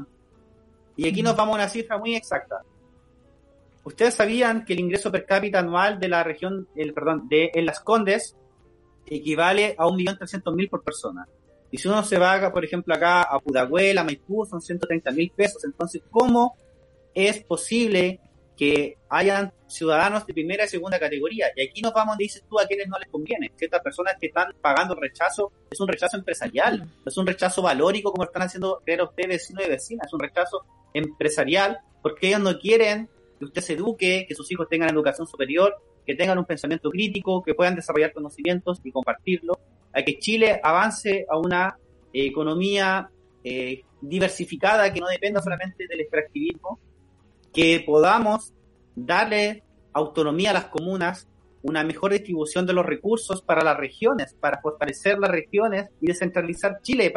Y aquí nos vamos a una cifra muy exacta. ¿Ustedes sabían que el ingreso per cápita anual de la región, en Las Condes, equivale a 1.300.000 por persona? Y si uno se va, por ejemplo, acá a Pudahuel, a Maipú, son 130.000 pesos. Entonces, ¿cómo es posible que hayan ciudadanos de primera y segunda categoría? Y aquí nos vamos, dices tú, a quienes no les conviene. Ciertas personas que están pagando el rechazo, es un rechazo empresarial, no es un rechazo valórico como están haciendo creer ustedes, vecinos y vecinas, es un rechazo empresarial, porque ellos no quieren que usted se eduque, que sus hijos tengan educación superior, que tengan un pensamiento crítico, que puedan desarrollar conocimientos y compartirlo. a que Chile avance a una economía diversificada que no dependa solamente del extractivismo, que podamos darle autonomía a las comunas, una mejor distribución de los recursos para las regiones, para fortalecer las regiones y descentralizar Chile,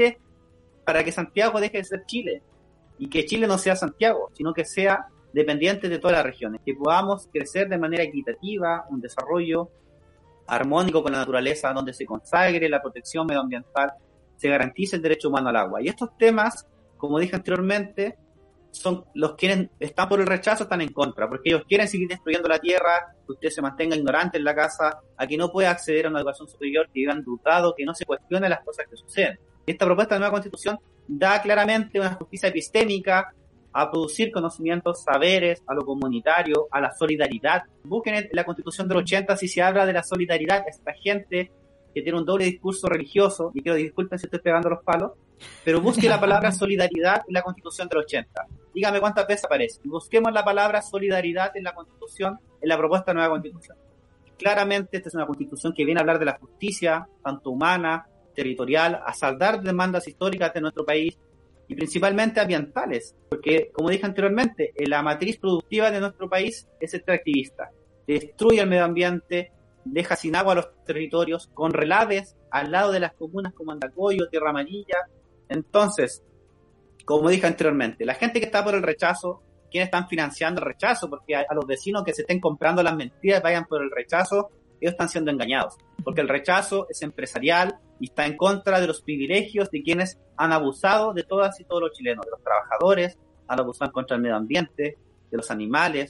para que Santiago deje de ser Chile y que Chile no sea Santiago, sino que sea dependiente de todas las regiones, que podamos crecer de manera equitativa, un desarrollo armónico con la naturaleza, donde se consagre la protección medioambiental, se garantice el derecho humano al agua. Y estos temas, como dije anteriormente, son los quienes están por el rechazo, están en contra, porque ellos quieren seguir destruyendo la tierra, que usted se mantenga ignorante en la casa, a que no pueda acceder a una educación superior, que vivan endeudado, que no se cuestione las cosas que suceden. Esta propuesta de nueva constitución da claramente una justicia epistémica a producir conocimientos, saberes, a lo comunitario, a la solidaridad. Busquen en la constitución del 80 si se habla de la solidaridad, esta gente que tiene un doble discurso religioso, y quiero disculpen si estoy pegando los palos, pero busque la palabra solidaridad en la constitución del 80. Dígame cuántas veces aparece. Busquemos la palabra solidaridad en la constitución, en la propuesta de nueva constitución. Claramente esta es una constitución que viene a hablar de la justicia, tanto humana, territorial, a saldar demandas históricas de nuestro país y principalmente ambientales, porque como dije anteriormente, la matriz productiva de nuestro país es extractivista, destruye el medio ambiente, deja sin agua los territorios, con relaves al lado de las comunas como Andacollo, Tierra Amarilla. Entonces, como dije anteriormente, la gente que está por el rechazo, ¿quiénes están financiando el rechazo? Porque a los vecinos que se estén comprando las mentiras, vayan por el rechazo, ellos están siendo engañados, porque el rechazo es empresarial y está en contra de los privilegios de quienes han abusado de todas y todos los chilenos, de los trabajadores, han abusado en contra del medio ambiente, de los animales,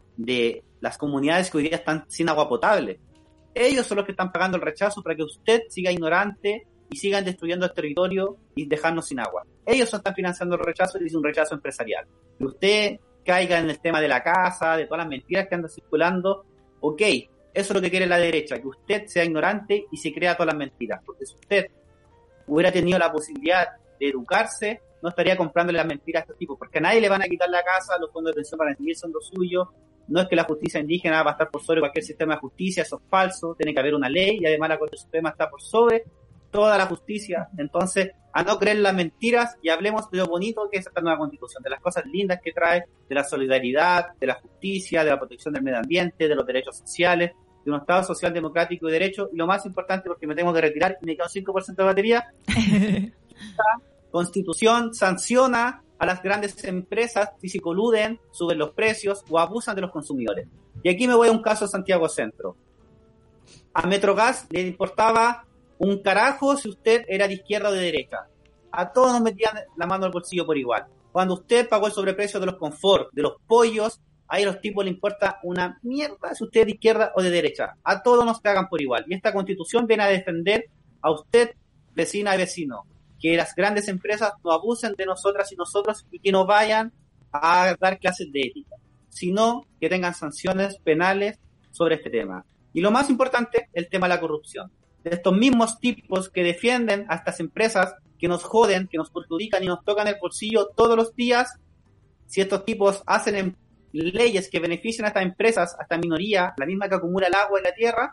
de las comunidades que hoy día están sin agua potable. Ellos son los que están pagando el rechazo para que usted siga ignorante y sigan destruyendo el territorio y dejarnos sin agua. Ellos están financiando el rechazo y es un rechazo empresarial. Que usted caiga en el tema de la casa, de todas las mentiras que andan circulando, ok, eso es lo que quiere la derecha, que usted sea ignorante y se crea todas las mentiras. Porque si usted hubiera tenido la posibilidad de educarse, no estaría comprándole las mentiras a estos tipos, porque a nadie le van a quitar la casa, los fondos de pensión van a seguir siendo suyos. No es que la justicia indígena va a estar por sobre cualquier sistema de justicia, eso es falso, tiene que haber una ley y además la Corte Suprema está por sobre toda la justicia. Entonces, a no creer las mentiras y hablemos de lo bonito que es esta nueva constitución, de las cosas lindas que trae, de la solidaridad, de la justicia, de la protección del medio ambiente, de los derechos sociales, de un Estado social democrático y derecho, y lo más importante, porque me tengo que retirar y me queda un 5% de batería, esta constitución sanciona a las grandes empresas si se coluden, suben los precios o abusan de los consumidores. Y aquí me voy a un caso de Santiago Centro. A Metrogas le importaba un carajo si usted era de izquierda o de derecha. A todos nos metían la mano al bolsillo por igual. Cuando usted pagó el sobreprecio de los confort, de los pollos, ahí a los tipos les importa una mierda si usted es de izquierda o de derecha. A todos nos cagan por igual. Y esta constitución viene a defender a usted, vecina y vecino, que las grandes empresas no abusen de nosotras y nosotros y que no vayan a dar clases de ética, sino que tengan sanciones penales sobre este tema. Y lo más importante, el tema de la corrupción. De estos mismos tipos que defienden a estas empresas que nos joden, que nos perjudican y nos tocan el bolsillo todos los días, si estos tipos hacen leyes que benefician a estas empresas, a esta minoría, la misma que acumula el agua y la tierra,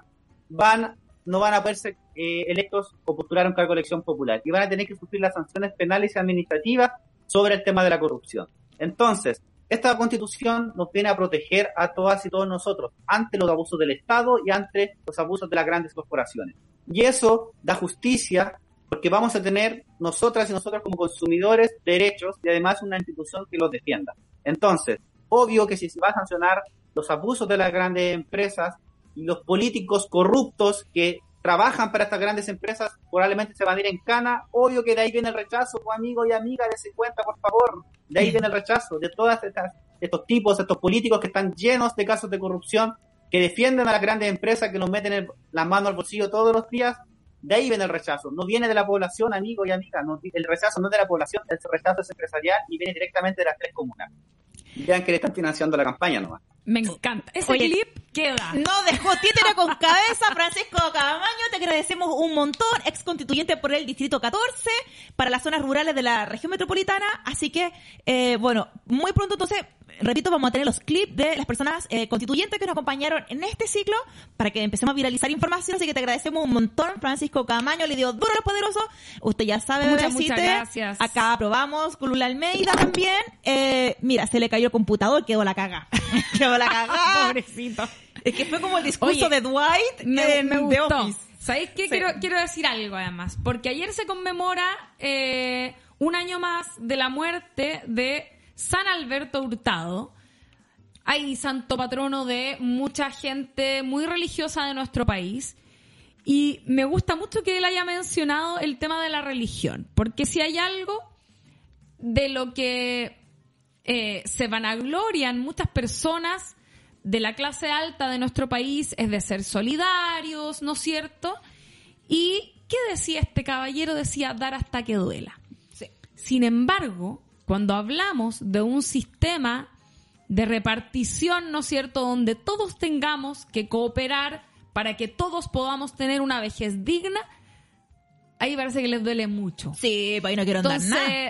no van a poder ser electos o postular un cargo de elección popular y van a tener que sufrir las sanciones penales y administrativas sobre el tema de la corrupción. Entonces, esta constitución nos viene a proteger a todas y todos nosotros ante los abusos del Estado y ante los abusos de las grandes corporaciones. Y eso da justicia porque vamos a tener nosotras y nosotros como consumidores derechos y además una institución que los defienda. Entonces, obvio que si se va a sancionar los abusos de las grandes empresas y los políticos corruptos que trabajan para estas grandes empresas probablemente se van a ir en cana, obvio que de ahí viene el rechazo, pues amigo y amiga, dense cuenta por favor, de ahí viene el rechazo, de todas estos tipos, estos políticos que están llenos de casos de corrupción, que defienden a las grandes empresas, que nos meten la mano al bolsillo todos los días, de ahí viene el rechazo, no viene de la población, amigo y amiga, el rechazo no es de la población, el rechazo es empresarial y viene directamente de las tres comunas. Vean que le están financiando la campaña nomás. Me encanta. Ese clip queda. No dejó títere con cabeza, Francisco Camaño. Te agradecemos un montón. Ex constituyente por el Distrito 14 para las zonas rurales de la región metropolitana. Así que, bueno, muy pronto entonces repito, vamos a tener los clips de las personas constituyentes que nos acompañaron en este ciclo para que empecemos a viralizar información. Así que te agradecemos un montón. Francisco Camaño le dio duro a los poderosos. Usted ya sabe, muchas bebecite. gracias. Acá aprobamos. Con Lula Almeida también. Mira, se le cayó el computador, quedó la cagá. Quedó la cagá. Pobrecito. Es que fue como el discurso de Dwight me de gustó. Office. ¿Sabéis qué? Sí. Quiero decir algo además, porque ayer se conmemora un año más de la muerte de San Alberto Hurtado. Hay santo patrono de mucha gente muy religiosa de nuestro país. Y me gusta mucho que él haya mencionado el tema de la religión, porque si hay algo de lo que se vanaglorian muchas personas de la clase alta de nuestro país es de ser solidarios, ¿no es cierto? ¿Y qué decía este caballero? Decía dar hasta que duela. Sí. Sin embargo, cuando hablamos de un sistema de repartición, ¿no es cierto?, donde todos tengamos que cooperar para que todos podamos tener una vejez digna, ahí parece que les duele mucho. Sí, pues ahí no quiero andar Entonces, nada.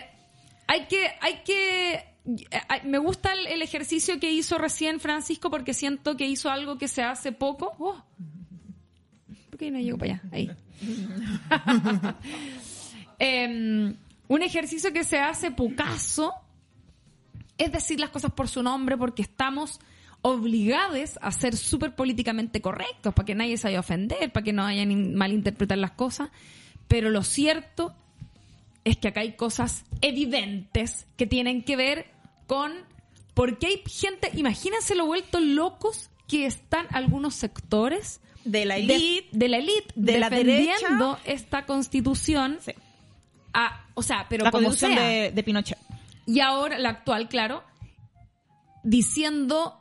me gusta el ejercicio que hizo recién Francisco, porque siento que hizo algo que se hace poco. Oh. ¿Por qué no llego para allá? Ahí. Un ejercicio que se hace pocaso es decir las cosas por su nombre, porque estamos obligados a ser súper políticamente correctos para que nadie se vaya a ofender, para que no vayan a malinterpretar las cosas. Pero lo cierto es que acá hay cosas evidentes que tienen que ver con por qué hay gente, imagínense lo vueltos locos que están algunos sectores De la élite. de la élite de la defendiendo derecha. esta constitución. Sí. O sea, pero La como constitución sea. de Pinochet. Y ahora, la actual, claro, diciendo,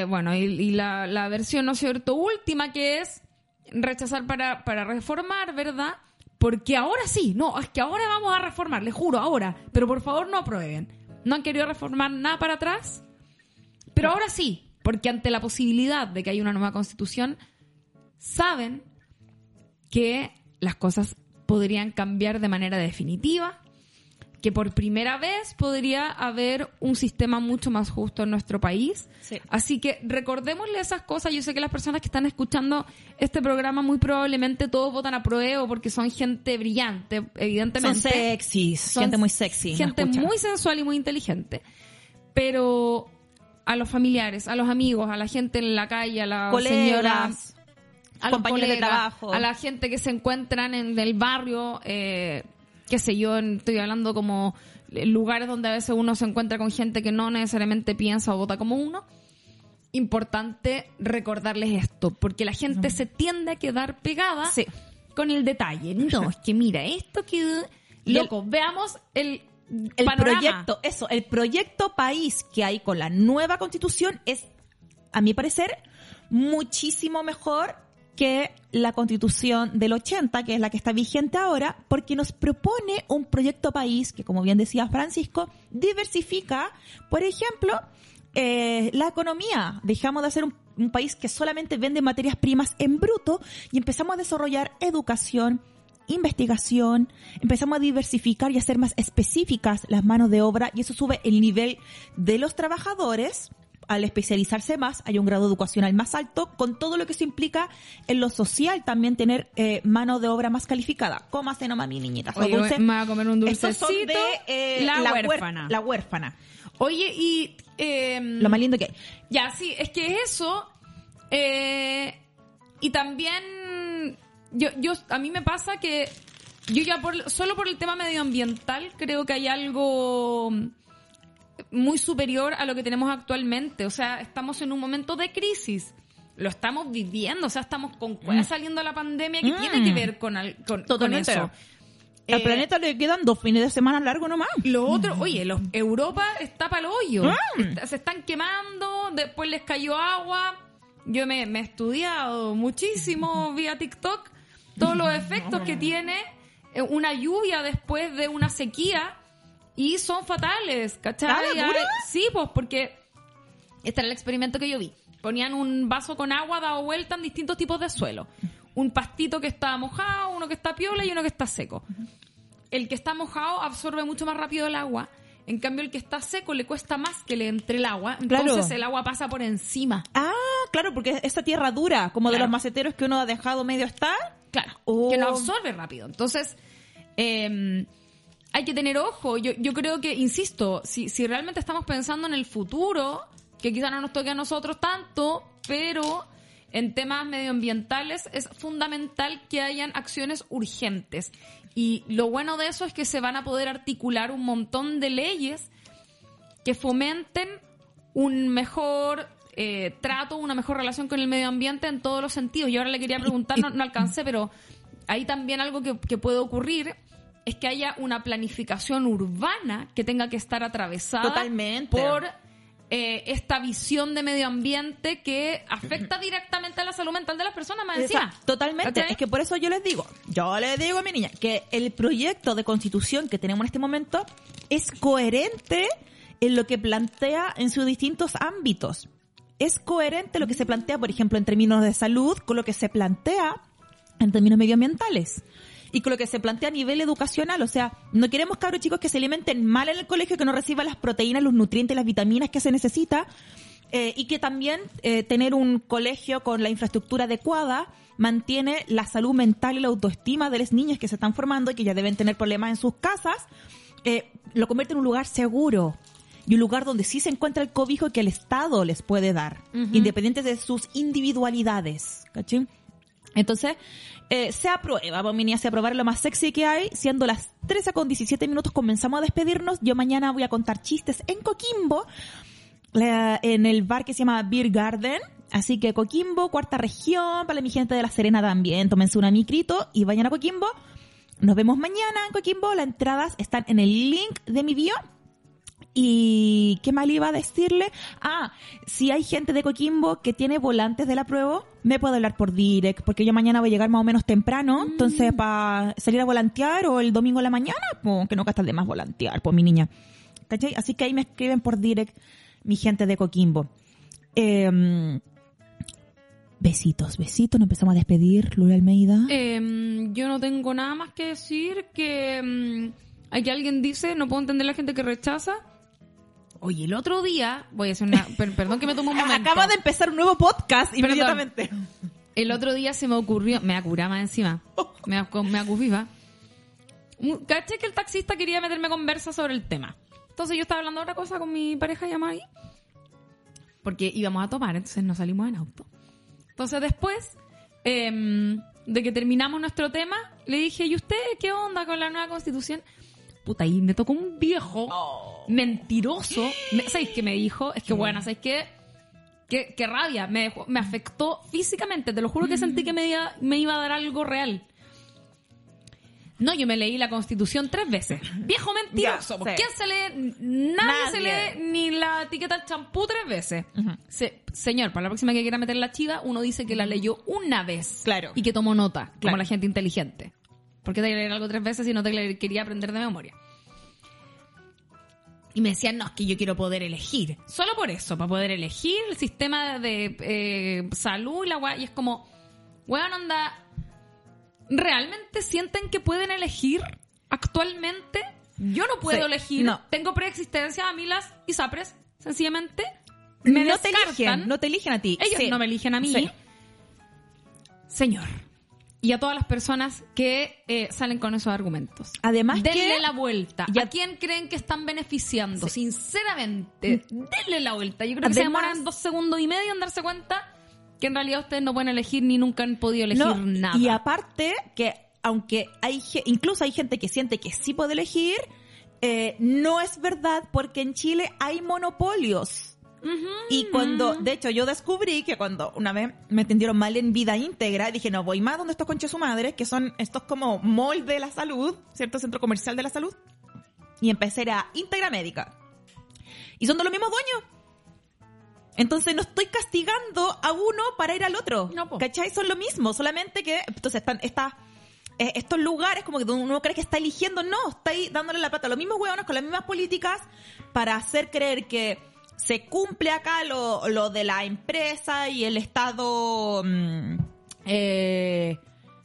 y la versión, ¿no es cierto?, última, que es rechazar para reformar, ¿verdad? Porque ahora sí, no, es que ahora vamos a reformar, les juro, ahora. Pero por favor no aprueben. No han querido reformar nada para atrás, pero ahora sí, porque ante la posibilidad de que haya una nueva constitución, saben que las cosas podrían cambiar de manera definitiva, que por primera vez podría haber un sistema mucho más justo en nuestro país. Sí. Así que recordémosle esas cosas. Yo sé que las personas que están escuchando este programa muy probablemente todos votan a prueba porque son gente brillante, evidentemente. Son sexys, gente muy sexy. Gente muy sensual y muy inteligente. Pero a los familiares, a los amigos, a la gente en la calle, a la señora, colegas, a los compañeros de colegas, trabajo, a la gente que se encuentran en el barrio, qué sé yo, estoy hablando como lugares donde a veces uno se encuentra con gente que no necesariamente piensa o vota como uno. Importante recordarles esto, porque la gente se tiende a quedar pegada con el detalle. No, es que mira, esto que... Loco, veamos el panorama. el proyecto país que hay con la nueva constitución es, a mi parecer, muchísimo mejor que la constitución del 80, que es la que está vigente ahora, porque nos propone un proyecto país que, como bien decía Francisco, diversifica, por ejemplo, la economía. Dejamos de ser un país que solamente vende materias primas en bruto y empezamos a desarrollar educación, investigación, empezamos a diversificar y a hacer más específicas las manos de obra, y eso sube el nivel de los trabajadores. Al especializarse más, hay un grado educacional más alto, con todo lo que eso implica en lo social, también tener mano de obra más calificada. Cómase nomás, mi niñita. Oye, me voy a comer un dulcecito. Estos son de la huérfana. La huérfana. Oye, y... lo más lindo que hay. Ya, sí, es que eso... y también... a mí me pasa que yo ya solo por el tema medioambiental creo que hay algo muy superior a lo que tenemos actualmente. O sea, estamos en un momento de crisis. Lo estamos viviendo. O sea, estamos saliendo de la pandemia que tiene que ver con eso. Al planeta le quedan 2 fines de semana largos nomás. Lo otro, oye, Europa está para el hoyo. Se están quemando, después les cayó agua. Yo me he estudiado muchísimo vía TikTok todos los efectos que tiene una lluvia después de una sequía. Y son fatales, ¿cachai? Sí, pues, porque este era el experimento que yo vi. Ponían un vaso con agua dado vuelta en distintos tipos de suelo. Un pastito que está mojado, uno que está piola y uno que está seco. El que está mojado absorbe mucho más rápido el agua. En cambio, el que está seco le cuesta más que le entre el agua. Entonces el agua pasa por encima. Ah, claro, porque esa tierra dura, como de los maceteros que uno ha dejado medio estar. Claro, que no absorbe rápido. Entonces, hay que tener ojo. Yo creo que, insisto, si realmente estamos pensando en el futuro, que quizá no nos toque a nosotros tanto, pero en temas medioambientales es fundamental que hayan acciones urgentes. Y lo bueno de eso es que se van a poder articular un montón de leyes que fomenten un mejor trato, una mejor relación con el medio ambiente en todos los sentidos. Y ahora le quería preguntar, no alcancé, pero ahí también algo que puede ocurrir es que haya una planificación urbana que tenga que estar atravesada totalmente por esta visión de medio ambiente que afecta directamente a la salud mental de las personas más encima. Totalmente. ¿Okay? Es que por eso yo les digo a mi niña, que el proyecto de constitución que tenemos en este momento es coherente en lo que plantea en sus distintos ámbitos. Es coherente lo que se plantea, por ejemplo, en términos de salud, con lo que se plantea en términos medioambientales. Y con lo que se plantea a nivel educacional. O sea, no queremos cabros chicos que se alimenten mal en el colegio, que no reciban las proteínas, los nutrientes, las vitaminas que se necesita, y que también tener un colegio con la infraestructura adecuada mantiene la salud mental y la autoestima de los niños que se están formando y que ya deben tener problemas en sus casas, lo convierte en un lugar seguro y un lugar donde sí se encuentra el cobijo que el Estado les puede dar, independientes de sus individualidades, ¿cachai? Entonces, se aprueba, Bominia, se aprobar lo más sexy que hay, siendo las 13:17 comenzamos a despedirnos. Yo mañana voy a contar chistes en Coquimbo, en el bar que se llama Beer Garden. Así que Coquimbo, cuarta región, para mi gente de La Serena también, tómense una micrito y vayan a Coquimbo. Nos vemos mañana en Coquimbo, las entradas están en el link de mi bio. ¿Y qué mal iba a decirle? Si hay gente de Coquimbo que tiene volantes de la prueba, me puede hablar por direct, porque yo mañana voy a llegar más o menos temprano, entonces para salir a volantear o el domingo en la mañana, pues que no gastas de más volantear, pues mi niña. ¿Cachai? Así que ahí me escriben por direct mi gente de Coquimbo. Besitos, nos empezamos a despedir, Lula Almeida. Yo no tengo nada más que decir, que aquí alguien dice, no puedo entender la gente que rechaza. Oye, el otro día, voy a hacer una... perdón que me tomo un momento. Acaba de empezar un nuevo podcast inmediatamente. El otro día se me ocurrió... Me acurama encima. Me acufifa. Caché que el taxista quería meterme conversa sobre el tema. Entonces yo estaba hablando de otra cosa con mi pareja Yamari. Porque íbamos a tomar, entonces nos salimos en auto. Entonces después de que terminamos nuestro tema, le dije, ¿y usted qué onda con la nueva constitución? Puta, y me tocó un viejo mentiroso. ¿Sabéis qué me dijo? Es que bueno, ¿sabéis qué? Qué rabia. Me afectó físicamente. Te lo juro que sentí que me iba a dar algo real. No, yo me leí la Constitución 3 veces. Viejo mentiroso. Ya, sí. ¿Quién se lee? Nadie se lee ni la etiqueta del champú 3 veces. Señor, para la próxima que quiera meter la chiva, uno dice que la leyó una vez. Claro. Y que tomó nota, como Claro. la gente inteligente. ¿Por qué te leer algo 3 veces si no te quería aprender de memoria? Y me decían, no, es que yo quiero poder elegir. Solo por eso, para poder elegir el sistema de salud y la weá. Y es como, weón, onda, ¿realmente sienten que pueden elegir actualmente? Yo no puedo elegir. No. Tengo preexistencia, amilas y sapres, sencillamente. No te eligen a ti. Ellos Sí. no me eligen a mí. Sí. Señor. Y a todas las personas que salen con esos argumentos. Además denle que... la vuelta. Ya- ¿A quién creen que están beneficiando? Sí. Sinceramente, denle la vuelta. Yo creo que se Además- demoran 2 segundos y medio en darse cuenta que en realidad ustedes no pueden elegir ni nunca han podido elegir No, nada. y aparte que aunque incluso hay gente que siente que sí puede elegir, no es verdad porque en Chile hay monopolios. Y cuando, de hecho, yo descubrí que cuando una vez me atendieron mal en Vida Íntegra, dije, no voy más donde estos conches su madre, que son estos como mall de la salud, ¿cierto? Centro comercial de la salud. Y empecé a ir a Íntegra Médica. Y son de los mismos dueños. Entonces no estoy castigando a uno para ir al otro. No, po. ¿Cachai? Son lo mismo, solamente que entonces estos lugares como que uno cree que está eligiendo, no, está ahí dándole la plata a los mismos hueones con las mismas políticas para hacer creer que se cumple acá lo de la empresa y el Estado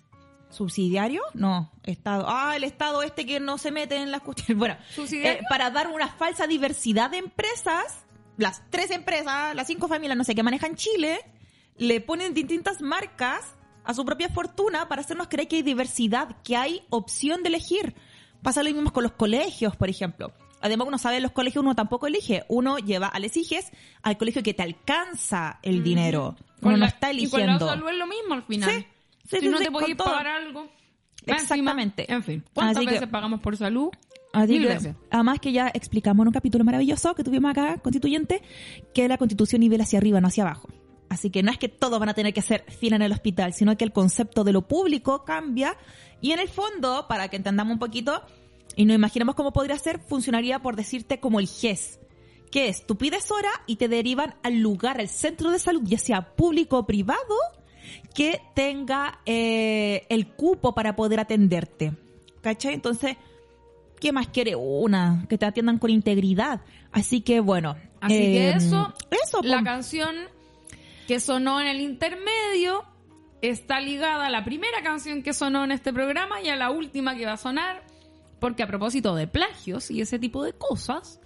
¿Subsidiario? No, Estado. El Estado que no se mete en las cuestiones. Bueno, para dar una falsa diversidad de empresas, las 3 empresas, las 5 familias, no sé, que manejan Chile, le ponen distintas marcas a su propia fortuna para hacernos creer que hay diversidad, que hay opción de elegir. Pasa lo mismo con los colegios, por ejemplo. Además, uno sabe, en los colegios uno tampoco elige. Uno lleva a les hijes al colegio que te alcanza el dinero. Uno no está eligiendo. Y con la salud es lo mismo al final. Sí, si no te podés pagar algo. Exactamente. Encima, en fin, ¿cuántas veces pagamos por salud? Mil veces. Además que ya explicamos en un capítulo maravilloso que tuvimos acá, constituyente, que la Constitución nivela hacia arriba, no hacia abajo. Así que no es que todos van a tener que hacer fila en el hospital, sino que el concepto de lo público cambia. Y en el fondo, para que entendamos un poquito y nos imaginemos cómo podría ser, funcionaría por decirte como el GES, que es, tú pides hora y te derivan al lugar, al centro de salud, ya sea público o privado, que tenga el cupo para poder atenderte. ¿Cachai? Entonces, ¿qué más quiere una? Que te atiendan con integridad. Así que, bueno. Así que eso pues. La canción que sonó en el intermedio está ligada a la primera canción que sonó en este programa y a la última que va a sonar, porque a propósito de plagios y ese tipo de cosas,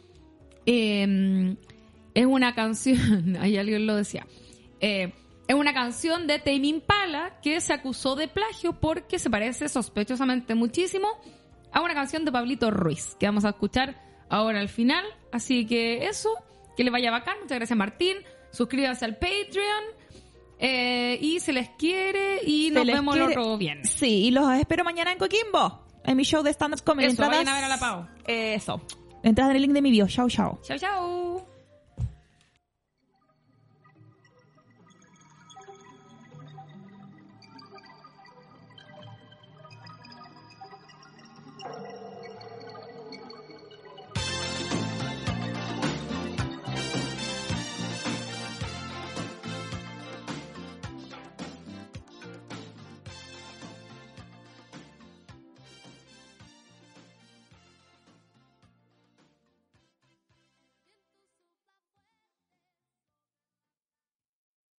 es una canción, ahí alguien lo decía, es una canción de Tame Impala que se acusó de plagio porque se parece sospechosamente muchísimo a una canción de Pablito Ruiz, que vamos a escuchar ahora al final. Así que eso, que les vaya bacán. Muchas gracias, Martín. Suscríbanse al Patreon. Y se les quiere y nos vemos el otro viernes. Sí, y los espero mañana en Coquimbo, en mi show de stand-up comedy. Eso, vayan a ver a la Pau. Eso. Entradas en el link de mi bio. Chao, chao. Chao, chao.